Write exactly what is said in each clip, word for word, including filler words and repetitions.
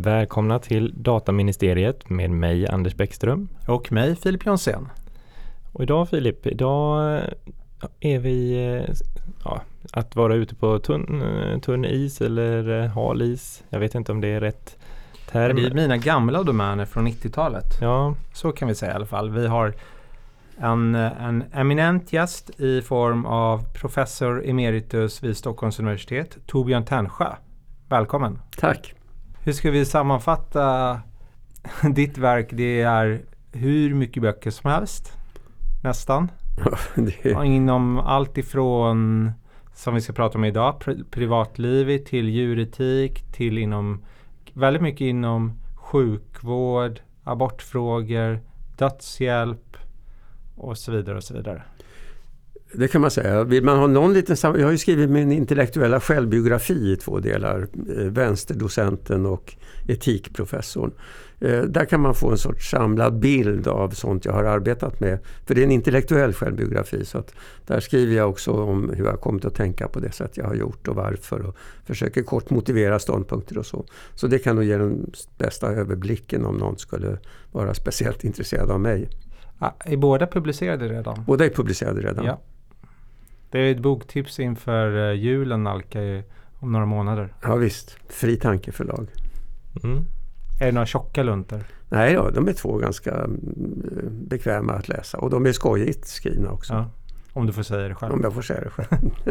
Välkomna till Dataministeriet med mig Anders Bäckström. Och mig Filip Jonsén. Och idag Filip, idag är vi ja, att vara ute på tunn, tunn is eller hal is. Jag vet inte om det är rätt term. Det är mina gamla domäner från nittiotalet. Ja. Så kan vi säga i alla fall. Vi har en, en eminent gäst i form av professor emeritus vid Stockholms universitet, Torbjörn Tännsjö. Välkommen. Tack. Hur ska vi sammanfatta ditt verk? Det är hur mycket böcker som helst. Nästan. Ja, det är... Inom allt ifrån, som vi ska prata om idag, pri- privatlivet till djuretik, till inom väldigt mycket inom sjukvård, abortfrågor, dödshjälp och så vidare och så vidare. Det kan man säga. Vill man ha någon liten sam- Jag har ju skrivit min intellektuella självbiografi i två delar. Eh, vänsterdocenten och etikprofessorn. Eh, där kan man få en sorts samlad bild av sånt jag har arbetat med. För det är en intellektuell självbiografi. Så att där skriver jag också om hur jag kommit att tänka på det sätt jag har gjort och varför. Och försöker kort motivera ståndpunkter och så. Så det kan nog ge den bästa överblicken om någon skulle vara speciellt intresserad av mig. Ah, är båda publicerade redan? Båda är publicerade redan. Ja. Det är ett boktips inför uh, julen nalkar ju om några månader. Ja visst, Fri Tankeförlag. Mm. Är det några tjocka luntor? Nej då, de är två ganska mm, bekväma att läsa. Och de är skojigt skrivna också. Ja, om du får säga det själv. Om jag får säga det själv.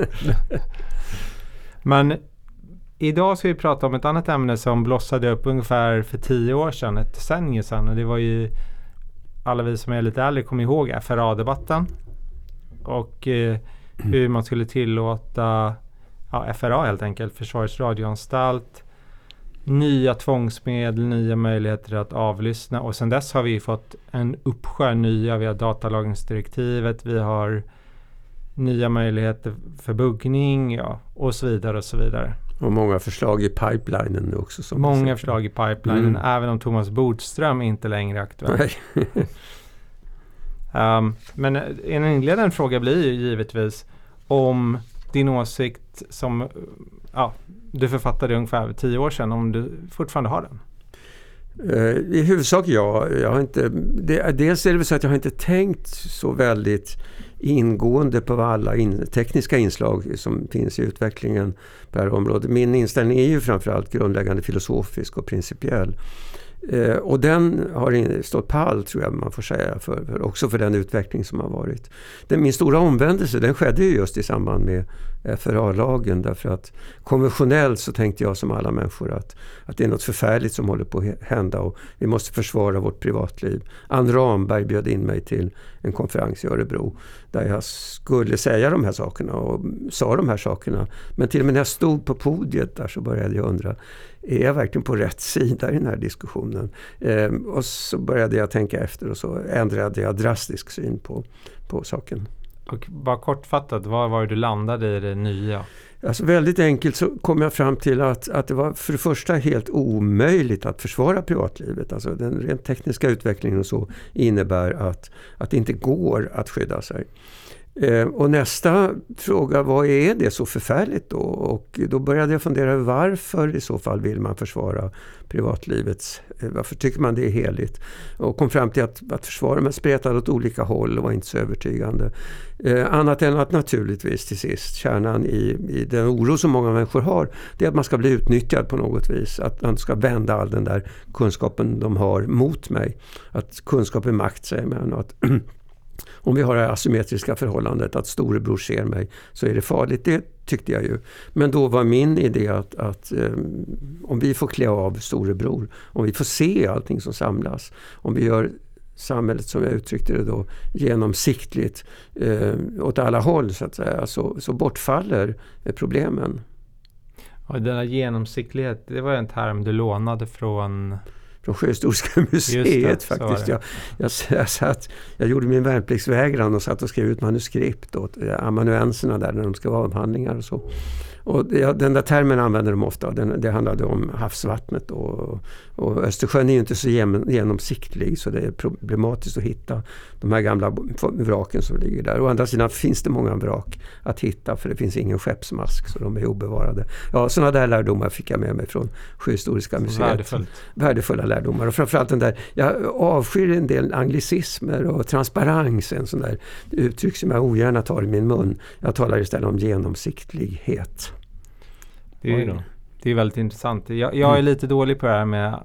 Men idag ska vi prata om ett annat ämne som blossade upp ungefär för tio år sedan, ett decennium sedan. Och det var ju, alla vi som är lite äldre kommer ihåg F R A-debatten. Och eh, hur man skulle tillåta ja, F R A helt enkelt, Försvarets radioanstalt, nya tvångsmedel, nya möjligheter att avlyssna. Och sedan dess har vi fått en uppsjö nya. Vi har datalagringsdirektivet, vi har nya möjligheter för buggning ja, och så vidare och så vidare. Och många förslag i pipelinen nu också. Som många förslag i pipelinen, mm. även om Thomas Bodström inte längre är aktuell. Nej. um, men en inledande fråga blir ju givetvis om din åsikt som ja, du författade ungefär tio år sedan, om du fortfarande har den. Uh, I huvudsak ja. Jag har inte, det, dels är det väl så att jag har inte tänkt så väldigt ingående på alla in, tekniska inslag som finns i utvecklingen på det här området. Min inställning är ju framförallt grundläggande filosofisk och principiell. Eh, och den har stått pall tror jag man får säga för, för, också för den utveckling som har varit. Den, min stora omvändelse den skedde ju just i samband med F R A-lagen därför att konventionellt så tänkte jag som alla människor att, att det är något förfärligt som håller på att hända och vi måste försvara vårt privatliv. Ann Ramberg bjöd in mig till en konferens i Örebro där jag skulle säga de här sakerna och sa de här sakerna. Men till och med när jag stod på podiet där så började jag undra, är jag verkligen på rätt sida i den här diskussionen? Eh, och så började jag tänka efter och så ändrade jag drastisk syn på, på saken. Och bara kortfattat, vad var det du landade i det nya? Alltså väldigt enkelt så kom jag fram till att, att det var för det första helt omöjligt att försvara privatlivet. Alltså den rent tekniska utvecklingen och så innebär att, att det inte går att skydda sig. Eh, och nästa fråga, vad är det så förfärligt då? Och då började jag fundera över varför i så fall vill man försvara privatlivets, eh, varför tycker man det är heligt? Och kom fram till att, att försvara man spretade åt olika håll och var inte så övertygande. Eh, annat än att naturligtvis till sist kärnan i, i den oro som många människor har, det är att man ska bli utnyttjad på något vis. Att man ska vända all den där kunskapen de har mot mig. Att kunskap är makt säger man och att om vi har det asymmetriska förhållandet att storebror ser mig så är det farligt. Det tyckte jag ju. Men då var min idé att, att um, om vi får klä av storebror, om vi får se allting som samlas, om vi gör samhället som jag uttryckte det då genomsiktligt eh, åt alla håll så att säga, så, så bortfaller problemen. Och den här genomsiktlighet, det var en term du lånade från... Från Sjöhistoriska museet det, faktiskt. Jag, jag, jag, satt, jag gjorde min värnpliktsvägran och satt och skrev ut manuskript åt amanuenserna där när de ska vara avhandlingar och så. Och det, den där termen använder de ofta. Den, det handlade om havsvattnet. Och, och Östersjön är ju inte så genomsiktlig, så det är problematiskt att hitta de här gamla vraken som ligger där. Å andra sidan finns det många vrak att hitta, för det finns ingen skeppsmask, så de är obevarade. Ja, sådana där lärdomar fick jag med mig från Sjöhistoriska museet. Värdefullt. Värdefulla lärdomar. Och framförallt den där, jag avskyr en del anglicismer och transparens, en sån där uttryck som jag ogärna tar i min mun. Jag talar istället om genomsiktlighet. Det är, ju, det är väldigt intressant. Jag, jag är lite dålig på det här med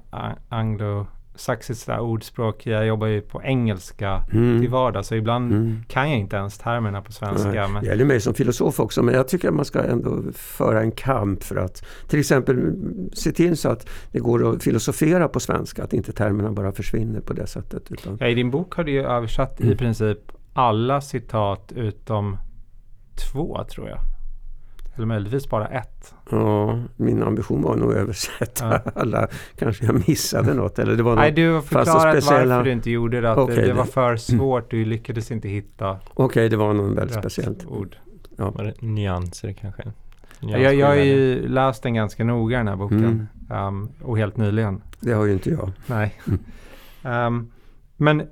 anglosaxiska ordspråk. Jag jobbar ju på engelska mm. till vardag, så ibland mm. kan jag inte ens termerna på svenska. Ja, men... Det gäller mig som filosof också, men jag tycker att man ska ändå föra en kamp för att till exempel se till så att det går att filosofera på svenska, att inte termerna bara försvinner på det sättet. Utan... Ja, i din bok har du ju översatt mm. i princip alla citat utom två, tror jag. Eller möjligtvis bara ett. Ja, min ambition var nog att översätta ja. alla. Kanske jag missade något. Eller det var Nej, du har förklarat speciella... varför du inte gjorde det. Att okay, det, det var för svårt. Du lyckades inte hitta Okej, okay, det var någon väldigt speciellt ord. Ja. Var det nyanser kanske? Nyanser, jag jag har ju läst den ganska noga, den här boken. Mm. Um, och helt nyligen. Det har ju inte jag. Nej. um, men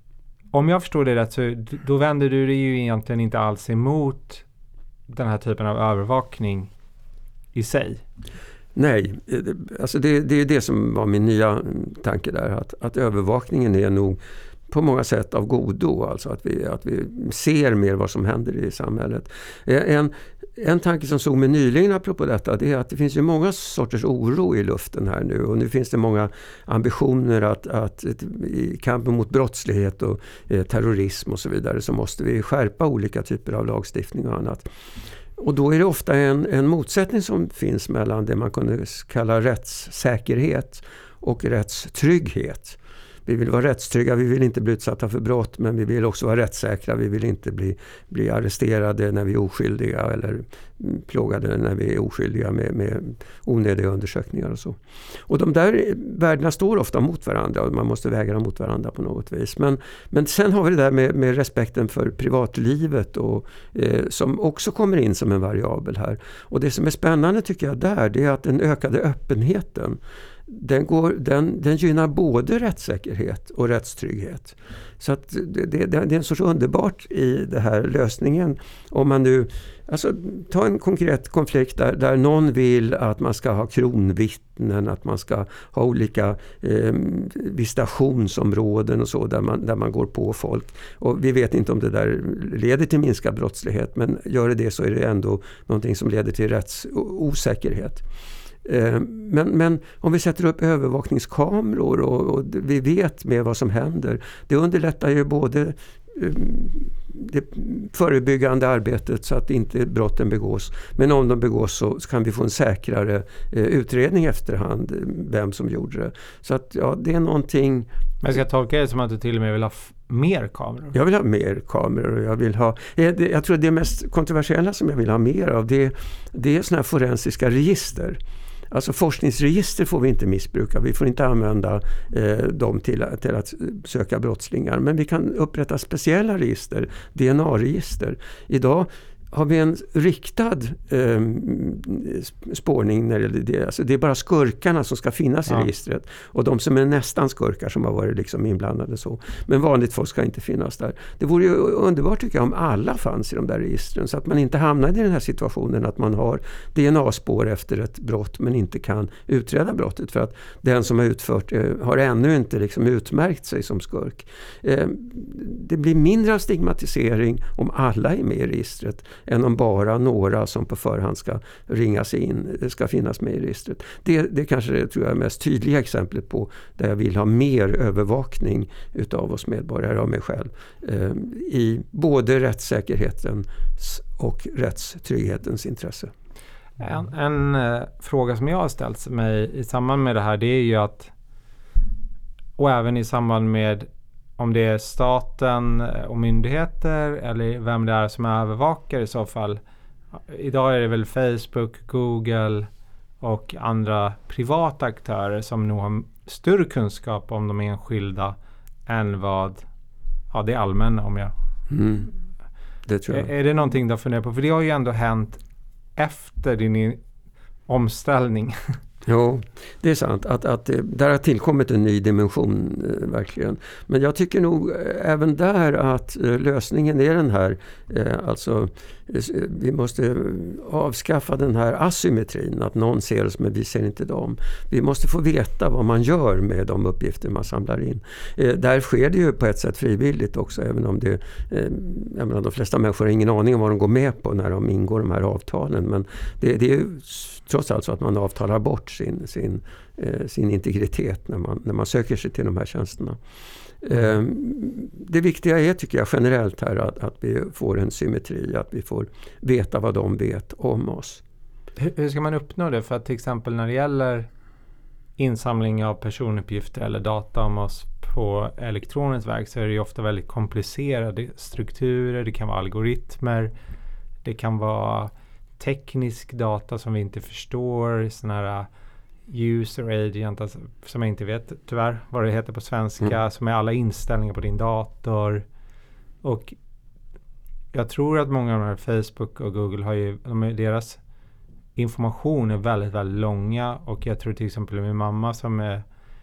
om jag förstår det rätt, så då vänder du dig ju egentligen inte alls emot den här typen av övervakning i sig. Nej, alltså det, det är det som var min nya tanke där. Att, att övervakningen är nog på många sätt av godo. Alltså att vi, att vi ser mer vad som händer i samhället. En, en tanke som såg mig nyligen apropå detta, det är att det finns ju många sorters oro i luften här nu. Och nu finns det många ambitioner att, att i kampen mot brottslighet och eh, terrorism och så vidare, så måste vi skärpa olika typer av lagstiftning och annat. Och då är det ofta en, en motsättning som finns mellan det man kunde kalla rättssäkerhet och rättstrygghet. Vi vill vara rättstrygga, vi vill inte bli utsatta för brott, men vi vill också vara rättssäkra. Vi vill inte bli, bli arresterade när vi är oskyldiga eller plågade när vi är oskyldiga med, med onödiga undersökningar och så. Och de där värdena står ofta mot varandra och man måste väga dem mot varandra på något vis. Men, men sen har vi det där med, med respekten för privatlivet och, eh, som också kommer in som en variabel här. Och det som är spännande tycker jag där, det är att den ökade öppenheten, Den, går, den, den gynnar både rättssäkerhet och rättstrygghet. Så att det, det, det är en sorts underbart i den här lösningen. Om man nu, alltså ta en konkret konflikt där, där någon vill att man ska ha kronvittnen, att man ska ha olika eh, visitationsområden och så där man, där man går på folk. Och vi vet inte om det där leder till minskad brottslighet, men gör det det så är det ändå någonting som leder till rättsosäkerhet. Men, men om vi sätter upp övervakningskameror och, och vi vet med vad som händer, det underlättar ju både det förebyggande arbetet så att inte brotten begås, men om de begås så kan vi få en säkrare utredning efterhand vem som gjorde det. Så att ja, det är någonting. Men jag ska tolka det som att du till och med vill ha f- mer kameror? Jag vill ha mer kameror och jag vill ha, jag tror det mest kontroversiella som jag vill ha mer av, det, det är såna här forensiska register. Alltså forskningsregister får vi inte missbruka. Vi får inte använda eh, dem till, till att söka brottslingar. Men vi kan upprätta speciella register, D N A-register. Idag har vi en riktad eh, spårning när det gäller det. Alltså det är bara skurkarna som ska finnas ja. i registret. Och de som är nästan skurkar som har varit liksom inblandade så. Men vanligt folk ska inte finnas där. Det vore ju underbart tycker jag om alla fanns i de där registren. Så att man inte hamnade i den här situationen att man har D N A-spår efter ett brott men inte kan utreda brottet. För att den som har utfört eh, har ännu inte liksom utmärkt sig som skurk. Eh, det blir mindre av stigmatisering om alla är med i registret än om bara några som på förhand ska ringas in, ska finnas med i registret. Det, det kanske är, tror jag, är mest tydliga exemplet på där jag vill ha mer övervakning utav oss medborgare av mig själv eh, i både rättssäkerhetens och rättstrygghetens intresse. En, en uh, fråga som jag har ställt mig i samband med det här, det är ju att, och även i samband med om det är staten och myndigheter eller vem det är som är övervakare i så fall. Idag är det väl Facebook, Google och andra privata aktörer som nog har större kunskap om de enskilda än vad ja, det är allmänna om jag. Mm. Det tror jag. Är, är det någonting du funderar på? För det har ju ändå hänt efter din i- omställning. Jo, det är sant att, att det, där har tillkommit en ny dimension eh, verkligen. Men jag tycker nog eh, även där att eh, lösningen är den här, eh, alltså eh, vi måste avskaffa den här asymmetrin, att någon ser oss men vi ser inte dem. Vi måste få veta vad man gör med de uppgifter man samlar in. Eh, där sker det ju på ett sätt frivilligt också, även om det, eh, jag menar, de flesta människor har ingen aning om vad de går med på när de ingår de här avtalen, men det, det är ju trots allt så att man avtalar bort sin, sin, eh, sin integritet när man, när man söker sig till de här tjänsterna. Eh, det viktiga är, tycker jag, generellt här att, att vi får en symmetri, att vi får veta vad de vet om oss. Hur, hur ska man uppnå det? För att till exempel när det gäller insamling av personuppgifter eller data om oss på elektronisk väg så är det ju ofta väldigt komplicerade strukturer, det kan vara algoritmer, det kan vara teknisk data som vi inte förstår, sådana här user agent, alltså, som jag inte vet tyvärr vad det heter på svenska, mm. som är alla inställningar på din dator. Och jag tror att många av de här Facebook och Google har ju, de är, deras information är väldigt, väldigt långa, och jag tror till exempel min mamma som är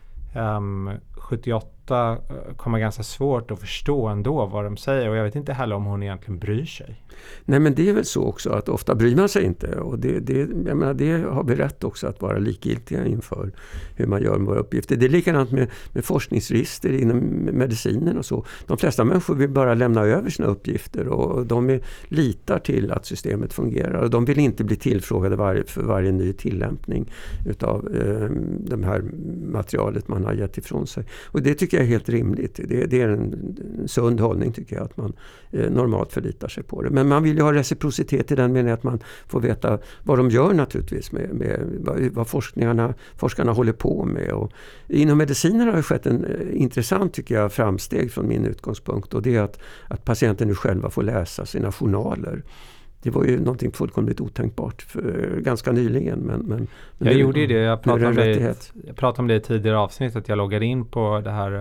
um, sjuttioåtta kommer ganska svårt att förstå ändå vad de säger, och jag vet inte heller om hon egentligen bryr sig. Nej, men det är väl så också att ofta bryr man sig inte, och det, det, jag menar, det har vi rätt också att vara likgiltiga inför hur man gör med våra uppgifter. Det är likadant med, med forskningsregister inom medicinen och så. De flesta människor vill bara lämna över sina uppgifter, och de är, litar till att systemet fungerar, och de vill inte bli tillfrågade var, för varje ny tillämpning utav eh, det här materialet man har gett ifrån sig. Och det tycker jag är helt rimligt. Det, det är en, en sund hållning, tycker jag, att man eh, normalt förlitar sig på det. Men man vill ju ha reciprocitet i den meningen att man får veta vad de gör naturligtvis med, med vad, vad forskningarna, forskarna håller på med. Och inom medicinen har det skett en eh, intressant, tycker jag, framsteg från min utgångspunkt, och det är att, att patienten nu själva får läsa sina journaler. Det var ju någonting fullkomligt otänkbart för ganska nyligen. Men, men, men jag det, gjorde det. Jag pratade, om det, jag pratade om det i tidigare avsnitt, att jag loggade in på det här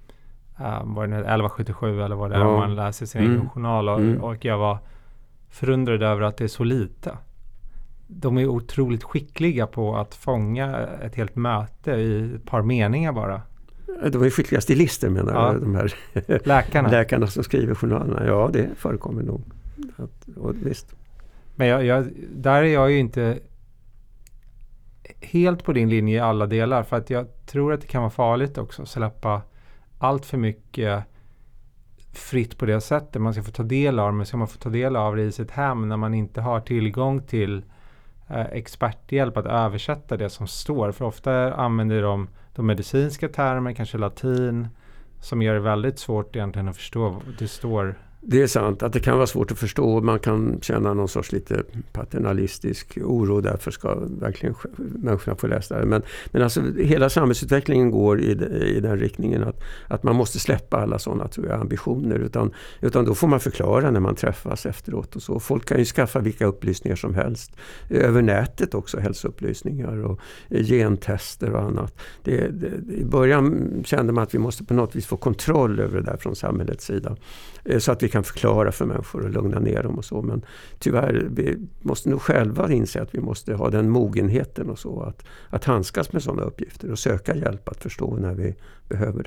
uh, vad det är, elva sjuttiosju eller vad det är, ja. Om man läser sin mm. egen journal, och, mm. och jag var förundrad över att det är så lite. De är otroligt skickliga på att fånga ett helt möte i ett par meningar bara. De är skickliga stilister, menar ja. jag, de här läkarna. läkarna som skriver journalerna. Ja, det förekommer nog. Att, och visst. Men jag, jag, där är jag ju inte helt på din linje i alla delar, för att jag tror att det kan vara farligt också att släppa allt för mycket fritt på det sättet. Man ska få ta del av det, men ska man få ta del av det i sitt hem när man inte har tillgång till eh, experthjälp att översätta det som står. För ofta använder de de medicinska termer, kanske latin, som gör det väldigt svårt egentligen att förstå vad det står. Det är sant att det kan vara svårt att förstå. Man kan känna någon sorts lite paternalistisk oro. Därför ska verkligen människorna få läsa det. Men, men alltså, hela samhällsutvecklingen går i, i den riktningen att, att man måste släppa alla sådana, tror jag, ambitioner. Utan, utan då får man förklara när man träffas efteråt. Och så. Folk kan ju skaffa vilka upplysningar som helst. Över nätet också, hälsoupplysningar och gentester och annat. Det, det, I början kände man att vi måste på något vis få kontroll över det där från samhällets sida. Så att vi kan förklara för människor och lugna ner dem och så. Men tyvärr, vi måste nog själva inse att vi måste ha den mogenheten och så. Att, att handskas med sådana uppgifter och söka hjälp att förstå när vi behöver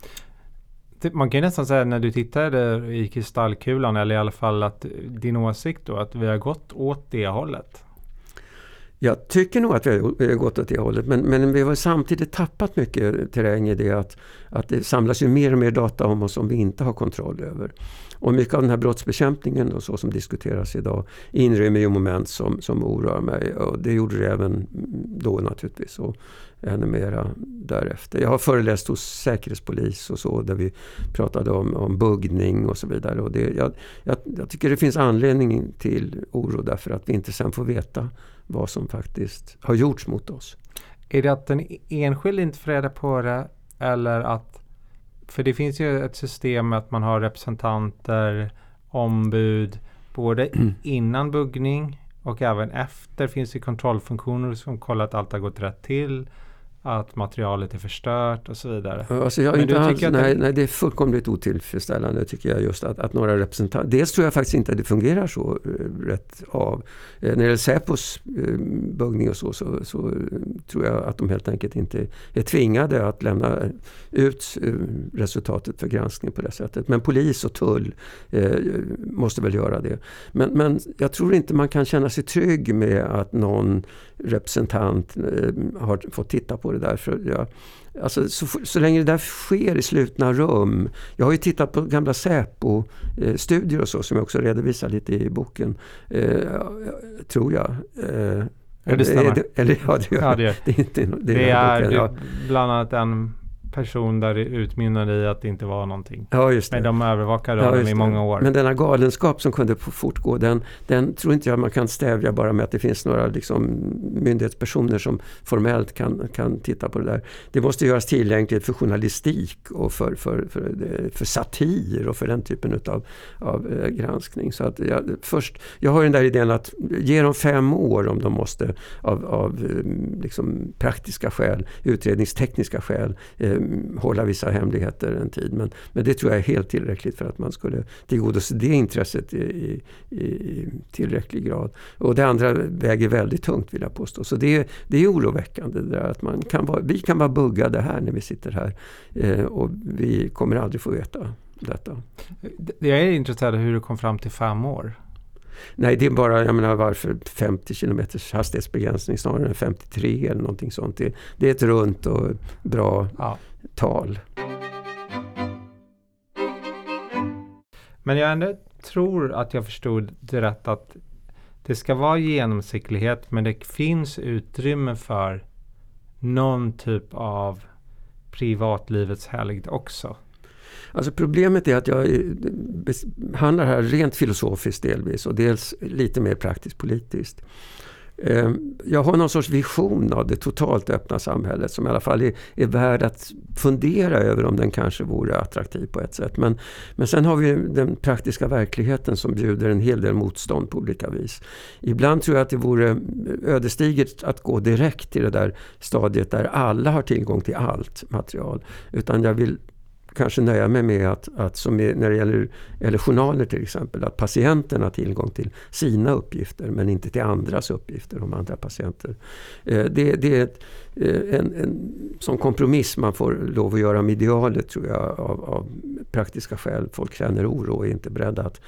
det. Man kan nästan säga när du tittade i kristallkulan, eller i alla fall att din åsikt då, att vi har gått åt det hållet. Jag tycker nog att vi har gått åt det hållet, men, men vi har samtidigt tappat mycket terräng i det att, att det samlas ju mer och mer data om oss som vi inte har kontroll över. Och mycket av den här brottsbekämpningen och så som diskuteras idag inrymmer ju moment som, som oroar mig, och det gjorde det även då naturligtvis och ännu mera därefter. Jag har föreläst hos säkerhetspolis och så, där vi pratade om, om buggning och så vidare, och det, jag, jag, jag tycker det finns anledning till oro därför att vi inte sen får veta vad som faktiskt har gjorts mot oss. Är det att den enskilde inte får reda på det, eller att, för det finns ju ett system att man har representanter, ombud, både mm. innan buggning och även efter finns det kontrollfunktioner som kollar att allt har gått rätt till. att materialet är förstört och så vidare. Alltså jag inte alls, nej, det... nej, det är fullkomligt otillfredsställande tycker jag just att, att några representanter, dels tror jag faktiskt inte att det fungerar så uh, rätt av. Uh, när det gäller Säpos uh, buggning och så, så, så uh, tror jag att de helt enkelt inte är tvingade att lämna ut uh, resultatet för granskning på det sättet. Men polis och tull uh, måste väl göra det. Men, men jag tror inte man kan känna sig trygg med att någon representant uh, har fått titta på det där. För jag, alltså, så, så länge det där sker i slutna rum. Jag har ju tittat på gamla Säpo-studier och så som jag också redovisar lite i boken. Eh, tror jag. Eh, ja, det stämmer. Eller, eller, ja, det, ja, det är det. Är inte, det, det är boken, ja. Bland annat en person där det utmynnade i att det inte var någonting. Ja, just det. Men de övervakade ja, dem i många år. Men denna galenskap som kunde fortgå, den, den tror inte jag man kan stävja bara med att det finns några liksom, myndighetspersoner som formellt kan, kan titta på det där. Det måste göras tillgängligt för journalistik och för, för, för, för satir och för den typen av, av eh, granskning. Så att jag, först, jag har den där idén att ge dem fem år om de måste av, av liksom, praktiska skäl, utredningstekniska skäl eh, hålla vissa hemligheter en tid. Men, men det tror jag är helt tillräckligt för att man skulle tillgodose det intresset i, i, i tillräcklig grad. Och det andra väger väldigt tungt vill jag påstå. Så det, det är oroväckande det där att man kan vara, vi kan vara buggade här när vi sitter här eh, och vi kommer aldrig få veta detta. Jag är intresserad av hur du kom fram till fem år. Nej, det är bara, jag menar, varför femtio kilometers hastighetsbegränsning snarare än femtiotre eller någonting sånt. Det, det är ett runt och bra ja. tal. Men jag ändå tror att jag förstod det rätt att det ska vara genomsiktlighet men det finns utrymme för någon typ av privatlivets helgd också. Alltså problemet är att jag handlar här rent filosofiskt delvis och dels lite mer praktiskt politiskt. Jag har någon sorts vision av det totalt öppna samhället som i alla fall är, är värd att fundera över om den kanske vore attraktiv på ett sätt. Men, men sen har vi den praktiska verkligheten som bjuder en hel del motstånd på olika vis. Ibland tror jag att det vore ödesdigert att gå direkt till det där stadiet där alla har tillgång till allt material. Utan jag vill kanske nöja mig med att, att som när det gäller eller journaler till exempel, att patienten har tillgång till sina uppgifter men inte till andras uppgifter om andra patienter. Eh, det, det är ett, en, en sån kompromiss man får lov att göra med idealet tror jag av, av praktiska skäl. Folk känner oro och är inte beredda att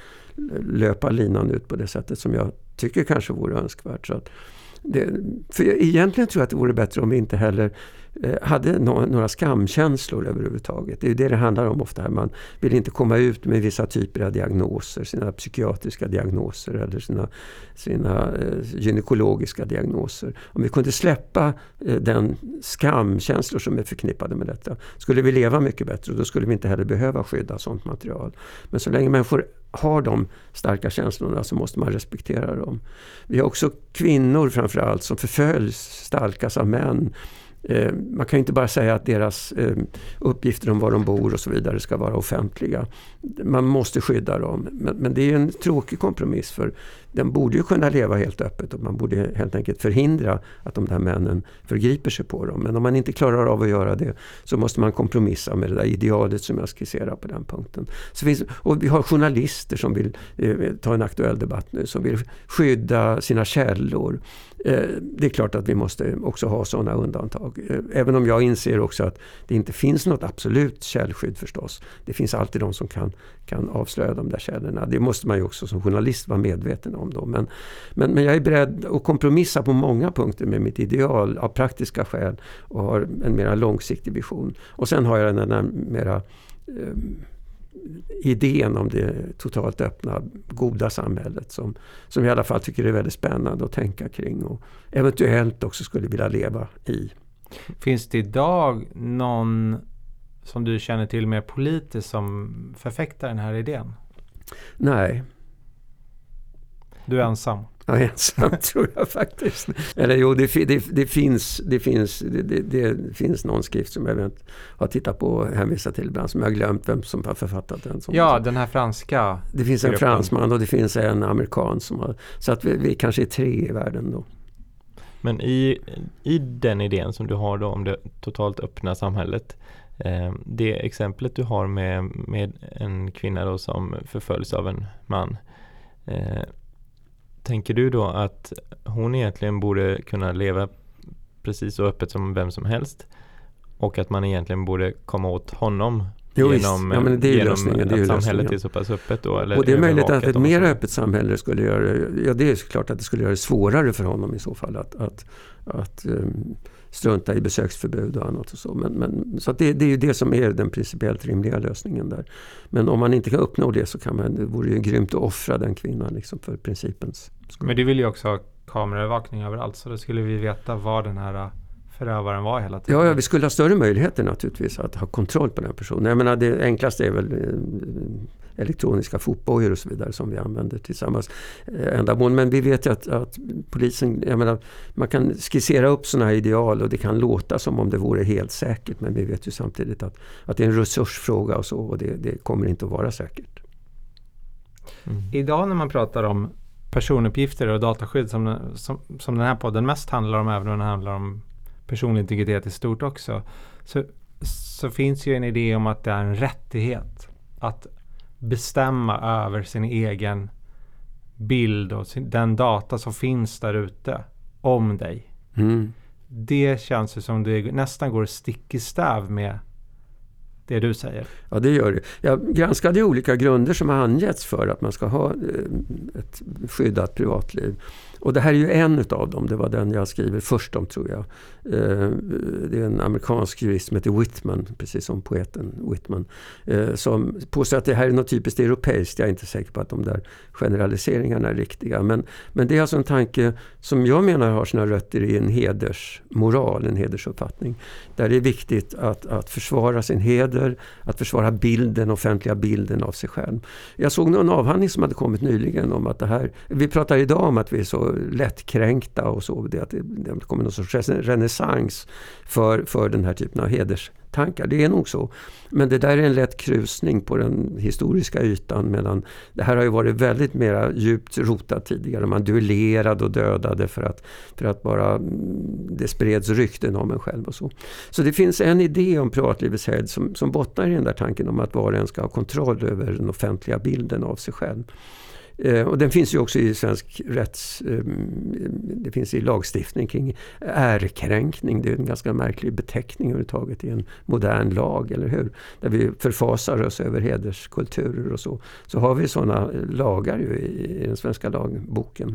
löpa linan ut på det sättet som jag tycker kanske vore önskvärt. Så att det, för egentligen tror jag att det vore bättre om vi inte heller hade några skamkänslor överhuvudtaget. Det är ju det det handlar om ofta här. Man vill inte komma ut med vissa typer av diagnoser, sina psykiatriska diagnoser eller sina, sina eh, gynekologiska diagnoser. Om vi kunde släppa eh, den skamkänslor som är förknippade med detta skulle vi leva mycket bättre och då skulle vi inte heller behöva skydda sånt material. Men så länge människor har de starka känslorna så måste man respektera dem. Vi har också kvinnor framförallt som förföljs, stalkas av män. Eh, man kan ju inte bara säga att deras eh, uppgifter om var de bor och så vidare ska vara offentliga. Man måste skydda dem. Men, men det är en tråkig kompromiss för den borde ju kunna leva helt öppet och man borde helt enkelt förhindra att de där männen förgriper sig på dem. Men om man inte klarar av att göra det så måste man kompromissa med det där idealet som jag skisserar på den punkten. Så finns, och vi har journalister som vill eh, ta en aktuell debatt nu, som vill skydda sina källor. Eh, det är klart att vi måste också ha sådana undantag. Eh, även om jag inser också att det inte finns något absolut källskydd förstås. Det finns alltid de som kan, kan avslöja de där källorna. Det måste man ju också som journalist vara medveten om då. Men, men, men jag är beredd att kompromissa på många punkter med mitt ideal av praktiska skäl och har en mer långsiktig vision. Och sen har jag den här mera eh, idén om det totalt öppna, goda samhället som, som jag i alla fall tycker är väldigt spännande att tänka kring och eventuellt också skulle vilja leva i. Finns det idag någon som du känner till mer politiskt som förfäktar den här idén? Nej. Du är ensam? Ja, ensam tror jag faktiskt. Eller jo, det, det, det, finns, det, finns, det, det, det finns någon skrift som jag har tittat på och hänvisat till ibland som jag har glömt vem som har författat den. Som ja, som, den här franska. Det finns en fransman och det finns en amerikan som har, så att vi, vi kanske är tre i världen då. Men i, i den idén som du har då om det totalt öppna samhället, eh, det exemplet du har med, med en kvinna då som förföljs av en man, eh, tänker du då att hon egentligen borde kunna leva precis så öppet som vem som helst och att man egentligen borde komma åt honom jo, genom, ja, men det är genom lösningen, det är att samhället lösningen. är så pass öppet då? Eller och det är möjligt att ett mer så? öppet samhälle skulle göra, ja det är klart att det skulle göra det svårare för honom i så fall att, att, att um, strunta i besöksförbud och annat och så. Men, men, så att det, det är ju det som är den principiellt rimliga lösningen där. Men om man inte kan uppnå det så kan man, det vore ju grymt att offra den kvinnan liksom för principens skull. Men det vill ju också ha kameraövervakning överallt, så då skulle vi veta var den här förövaren var hela tiden. Ja, ja, vi skulle ha större möjligheter naturligtvis att ha kontroll på den personen. Jag menar, det enklaste är väl eh, elektroniska fotbojor och så vidare som vi använder tillsammans eh, ändamål. Men vi vet ju att, att polisen, jag menar, man kan skissera upp sådana här ideal och det kan låta som om det vore helt säkert, men vi vet ju samtidigt att, att det är en resursfråga och så, och det, det kommer inte att vara säkert. Mm. Idag när man pratar om personuppgifter och dataskydd som, som, som den här podden mest handlar om, även om den handlar om personlig integritet i stort också, så, så finns ju en idé om att det är en rättighet att bestämma över sin egen bild och sin, den data som finns där ute om dig. Mm. Det känns ju som det nästan går stick i stäv med det du säger. Ja, det gör det. Jag granskade olika grunder som har angetts för att man ska ha ett skyddat privatliv. Och det här är ju en av dem. Det var den jag skriver först om, tror jag. Det är en amerikansk jurist som heter Whitman, precis som poeten Whitman, som påstår att det här är något typiskt europeiskt. Jag är inte säker på att de där generaliseringarna är riktiga. Men, men det är alltså en tanke som jag menar har sina rötter i en hedersmoral, en hedersuppfattning. Där det är viktigt att, att försvara sin heder, att försvara bilden, offentliga bilden av sig själv. Jag såg någon avhandling som hade kommit nyligen om att det här, vi pratar idag om att vi är så lättkränkta och så, det att det, det kommer någon sorts renässans för, för den här typen av hederstankar. Det är nog så. Men det där är en lätt krusning på den historiska ytan, medan det här har ju varit väldigt mer djupt rotat tidigare. Man duellerade och dödade för att, för att bara det spreds rykten om en själv och så. Så det finns en idé om privatlivets helgd som, som bottnar i den där tanken om att var och en ska ha kontroll över den offentliga bilden av sig själv. Eh, och den finns ju också i svensk rätts, eh, det finns i lagstiftning kring ärekränkning. Det är en ganska märklig beteckning överhuvudtaget i en modern lag, eller hur? Där vi förfasar oss över hederskulturer och så. Så har vi sådana lagar ju i, i den svenska lagboken.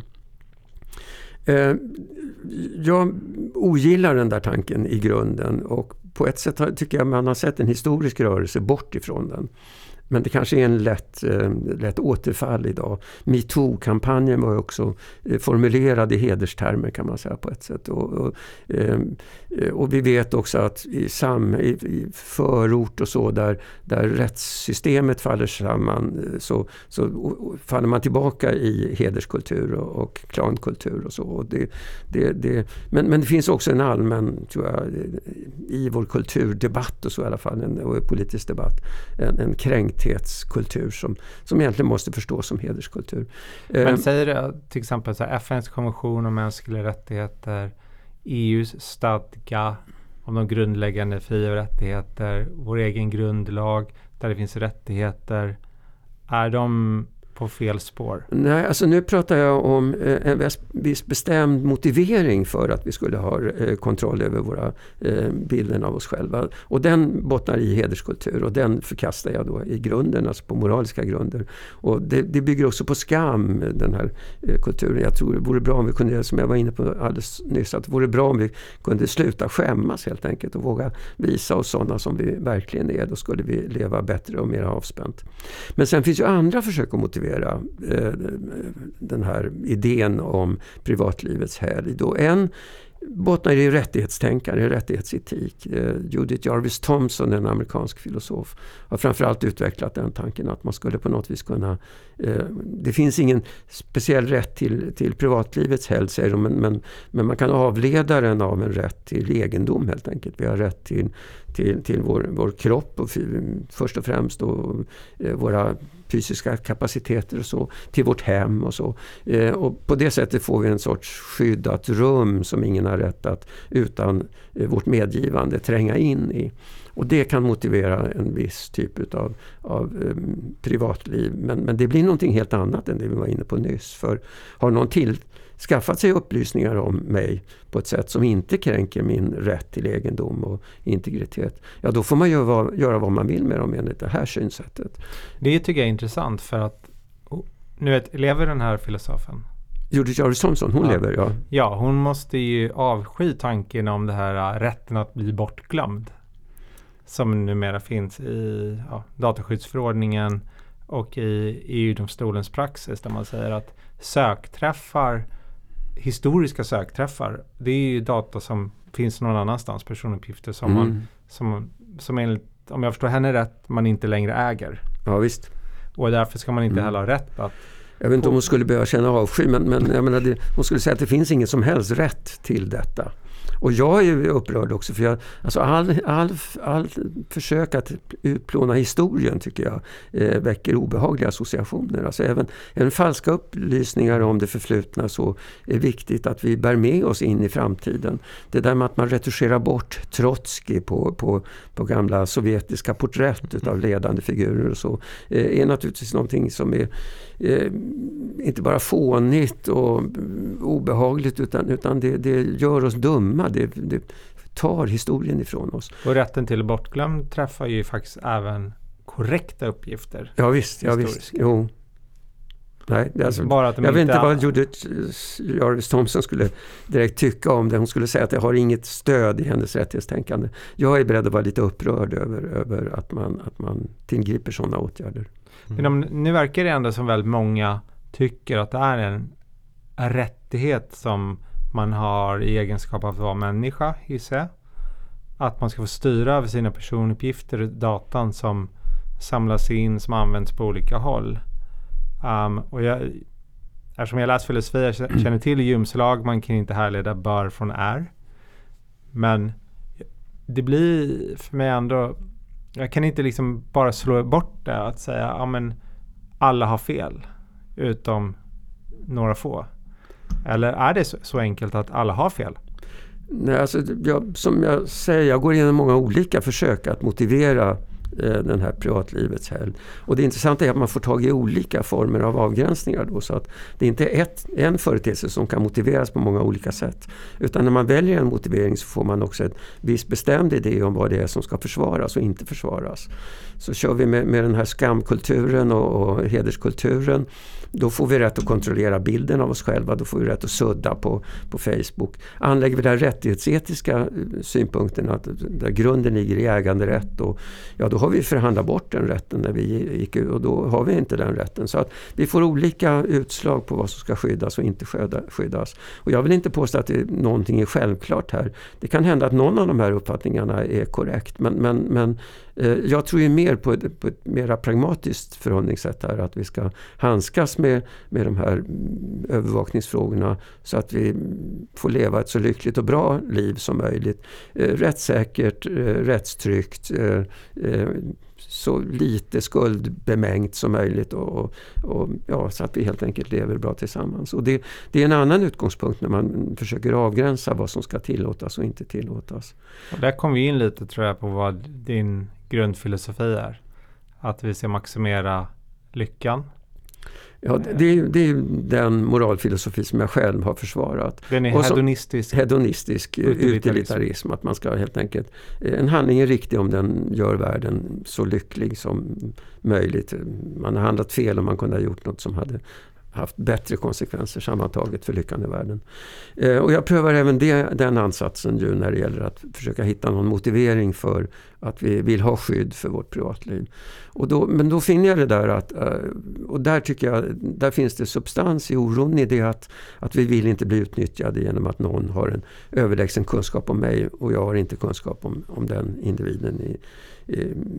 Eh, jag ogillar den där tanken i grunden, och på ett sätt tycker jag man har sett en historisk rörelse bort ifrån den. Men det kanske är en lätt, eh, lätt återfall idag. MeToo-kampanjen var också eh, formulerad i hederstermer, kan man säga på ett sätt. Och, och, eh, och vi vet också att i, sam, i, i förort och så där, där rättssystemet faller samman, så, så och, faller man tillbaka i hederskultur och, och klankultur och så. Och det, det, det, men, men det finns också en allmän, tror jag, i vår kulturdebatt och så i alla fall, en, och politisk debatt, en, en kränkt kultur som, som egentligen måste förstås som hederskultur. Men säger det till exempel så här, F N:s konvention om mänskliga rättigheter, E U:s stadga om de grundläggande fri- och rättigheter, vår egen grundlag där det finns rättigheter, är de på fel spår? Nej, alltså nu pratar jag om eh, en viss bestämd motivering för att vi skulle ha eh, kontroll över våra eh, bilden av oss själva. Och den bottnar i hederskultur, och den förkastar jag då i grunden, alltså på moraliska grunder. Och det, det bygger också på skam, den här eh, kulturen. Jag tror det vore bra om vi kunde, som jag var inne på alldeles nyss, att det vore bra om vi kunde sluta skämmas helt enkelt och våga visa oss sådana som vi verkligen är. Då skulle vi leva bättre och mer avspänt. Men sen finns ju andra försök att motivera den här idén om privatlivets helgd. Och en bottnar i rättighetstänkare, rättighetsetik. Judith Jarvis Thomson, en amerikansk filosof, har framförallt utvecklat den tanken att man skulle på något vis kunna... Det finns ingen speciell rätt till, till privatlivets helgd, säger de, men, men, men man kan avleda den av en rätt till egendom helt enkelt. Vi har rätt till, till, till vår, vår kropp och först och främst då, eh, våra fysiska kapaciteter och så, till vårt hem och så. Eh, och på det sättet får vi en sorts skyddat rum som ingen har rätt att utan eh, vårt medgivande tränga in i. Och det kan motivera en viss typ av, av um, privatliv. Men, men det blir någonting helt annat än det vi var inne på nyss. För har någon till skaffat sig upplysningar om mig på ett sätt som inte kränker min rätt till egendom och integritet, ja då får man göra vad, göra vad man vill med dem enligt det här synsättet. Det tycker jag är intressant för att nu vet, lever den här filosofen? Judith Jarvis Thomson, hon ja. lever, ja. Ja, hon måste ju avsky tanken om det här rätten att bli bortglömd. Som numera finns i ja, dataskyddsförordningen och i E U-domstolens praxis där man säger att sökträffar, historiska sökträffar, det är ju data som finns någon annanstans, personuppgifter som mm. man, som, som enligt, om jag förstår henne rätt, man inte längre äger. Ja, visst. Och därför ska man inte mm. heller ha rätt att... Jag vet inte om hon skulle behöva känna avsky, men, men jag menar det, hon skulle säga att det finns ingen som helst rätt till detta. Och jag är ju upprörd också för jag, alltså all, all, all försök att utplåna historien tycker jag eh, väcker obehagliga associationer. Alltså även, även falska upplysningar om det förflutna så är viktigt att vi bär med oss in i framtiden. Det där med att man retuscherar bort Trotskij på, på, på gamla sovjetiska porträtt av ledande figurer och så eh, är naturligtvis någonting som är eh, inte bara fånigt och obehagligt utan, utan det, det gör oss dumma. Det, det tar historien ifrån oss. Och rätten till bortglömd träffar ju faktiskt även korrekta uppgifter. Ja visst, ja visst. Jo. Nej, det är alltså, bara att jag vet inte vad Judith Jarvis Thomson skulle direkt tycka om det. Hon skulle säga att det har inget stöd i hennes rättighetstänkande. Jag är beredd att vara lite upprörd över, över att, man, att man tillgriper sådana åtgärder. Mm. Men om, nu verkar det ändå som väldigt många tycker att det är en, en rättighet som man har i egenskap av att vara människa, gissar jag. Att man ska få styra över sina personuppgifter och datan som samlas in, som används på olika håll. Um, och jag, eftersom jag läst filosofi, jag känner till Humes lag, man kan inte härleda bör från är. Men det blir för mig ändå, jag kan inte liksom bara slå bort det att säga, ja men alla har fel, utom några få. Eller är det så, så enkelt att alla har fel? Nej, alltså, jag, som jag säger, jag går igenom många olika försök att motivera eh, den här privatlivets helgd. Och det intressanta är att man får tag i olika former av avgränsningar då, så att det inte är ett, en företeelse som kan motiveras på många olika sätt. Utan när man väljer en motivering så får man också ett viss bestämd idé om vad det är som ska försvaras och inte försvaras. Så kör vi med, med den här skamkulturen och, och hederskulturen, då får vi rätt att kontrollera bilden av oss själva, då får vi rätt att sudda på, på Facebook. Anlägger vi den rättighetsetiska synpunkten att där grunden ligger i äganderätt, och, ja, då har vi förhandlat bort den rätten när vi gick ut, och då har vi inte den rätten. Så att vi får olika utslag på vad som ska skyddas och inte skyddas. Och jag vill inte påstå att det, någonting är självklart här. Det kan hända att någon av de här uppfattningarna är korrekt, men, men, men eh, jag tror ju mer på ett, på ett mera pragmatiskt förhållningssätt här, att vi ska handskas med, med de här övervakningsfrågorna så att vi får leva ett så lyckligt och bra liv som möjligt. Eh, rättssäkert, eh, rättstryggt, eh, eh, så lite skuldbemängt som möjligt och, och ja, så att vi helt enkelt lever bra tillsammans. Och det, det är en annan utgångspunkt när man försöker avgränsa vad som ska tillåtas och inte tillåtas. Och där kommer vi in lite, tror jag, på vad din grundfilosofi är. Att vi ska maximera lyckan. Ja, det är, det är den moralfilosofi som jag själv har försvarat. Den är hedonistisk. Hedonistisk utilitarism. utilitarism. Att man ska helt enkelt, en handling är riktig om den gör världen så lycklig som möjligt. Man har handlat fel och man kunde ha gjort något som hade haft bättre konsekvenser sammantaget för lyckan i världen. Eh, och jag prövar även det, den ansatsen ju när det gäller att försöka hitta någon motivering för att vi vill ha skydd för vårt privatliv. Och då, men då finner jag det där att, eh, och där tycker jag, där finns det substans i oron i det att, att vi vill inte bli utnyttjade genom att någon har en överlägsen kunskap om mig och jag har inte kunskap om, om den individen i, i,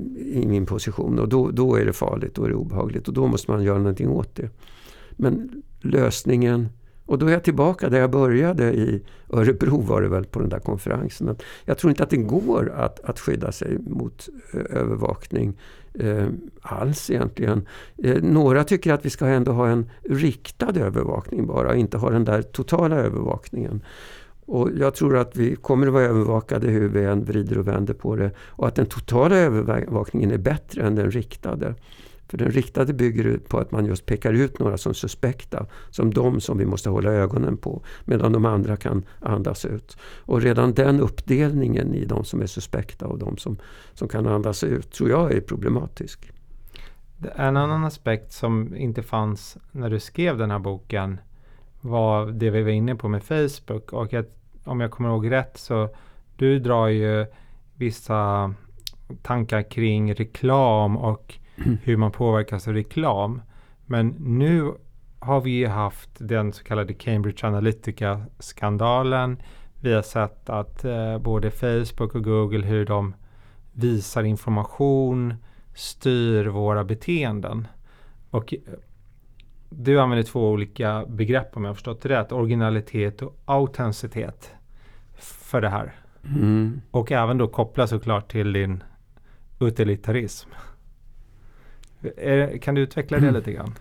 i min position. Och då, då är det farligt, då är det obehagligt och då måste man göra någonting åt det. Men lösningen Och då är jag tillbaka där jag började i Örebro var det väl på den där konferensen. Att jag tror inte att det går att, att skydda sig mot eh, övervakning eh, alls egentligen. Eh, några tycker att vi ska ändå ha en riktad övervakning bara, inte ha den där totala övervakningen. Och jag tror att vi kommer att vara övervakade hur vi än vrider och vänder på det. Och att den totala övervakningen är bättre än den riktade. För den riktade bygger på att man just pekar ut några som suspekta. Som de som vi måste hålla ögonen på. Medan de andra kan andas ut. Och redan den uppdelningen i de som är suspekta och de som, som kan andas ut tror jag är problematisk. En annan aspekt som inte fanns när du skrev den här boken var det vi var inne på med Facebook. Och att, om jag kommer ihåg rätt så du drar ju vissa tankar kring reklam och mm. hur man påverkas av reklam. Men nu har vi ju haft den så kallade Cambridge Analytica-skandalen. Vi har sett att eh, både Facebook och Google hur de visar information, styr våra beteenden. Och du använder två olika begrepp om jag har förstått det rätt. Originalitet och autenticitet för det här. Mm. Och även då koppla såklart till din utilitarism. Är, kan du utveckla det lite grann?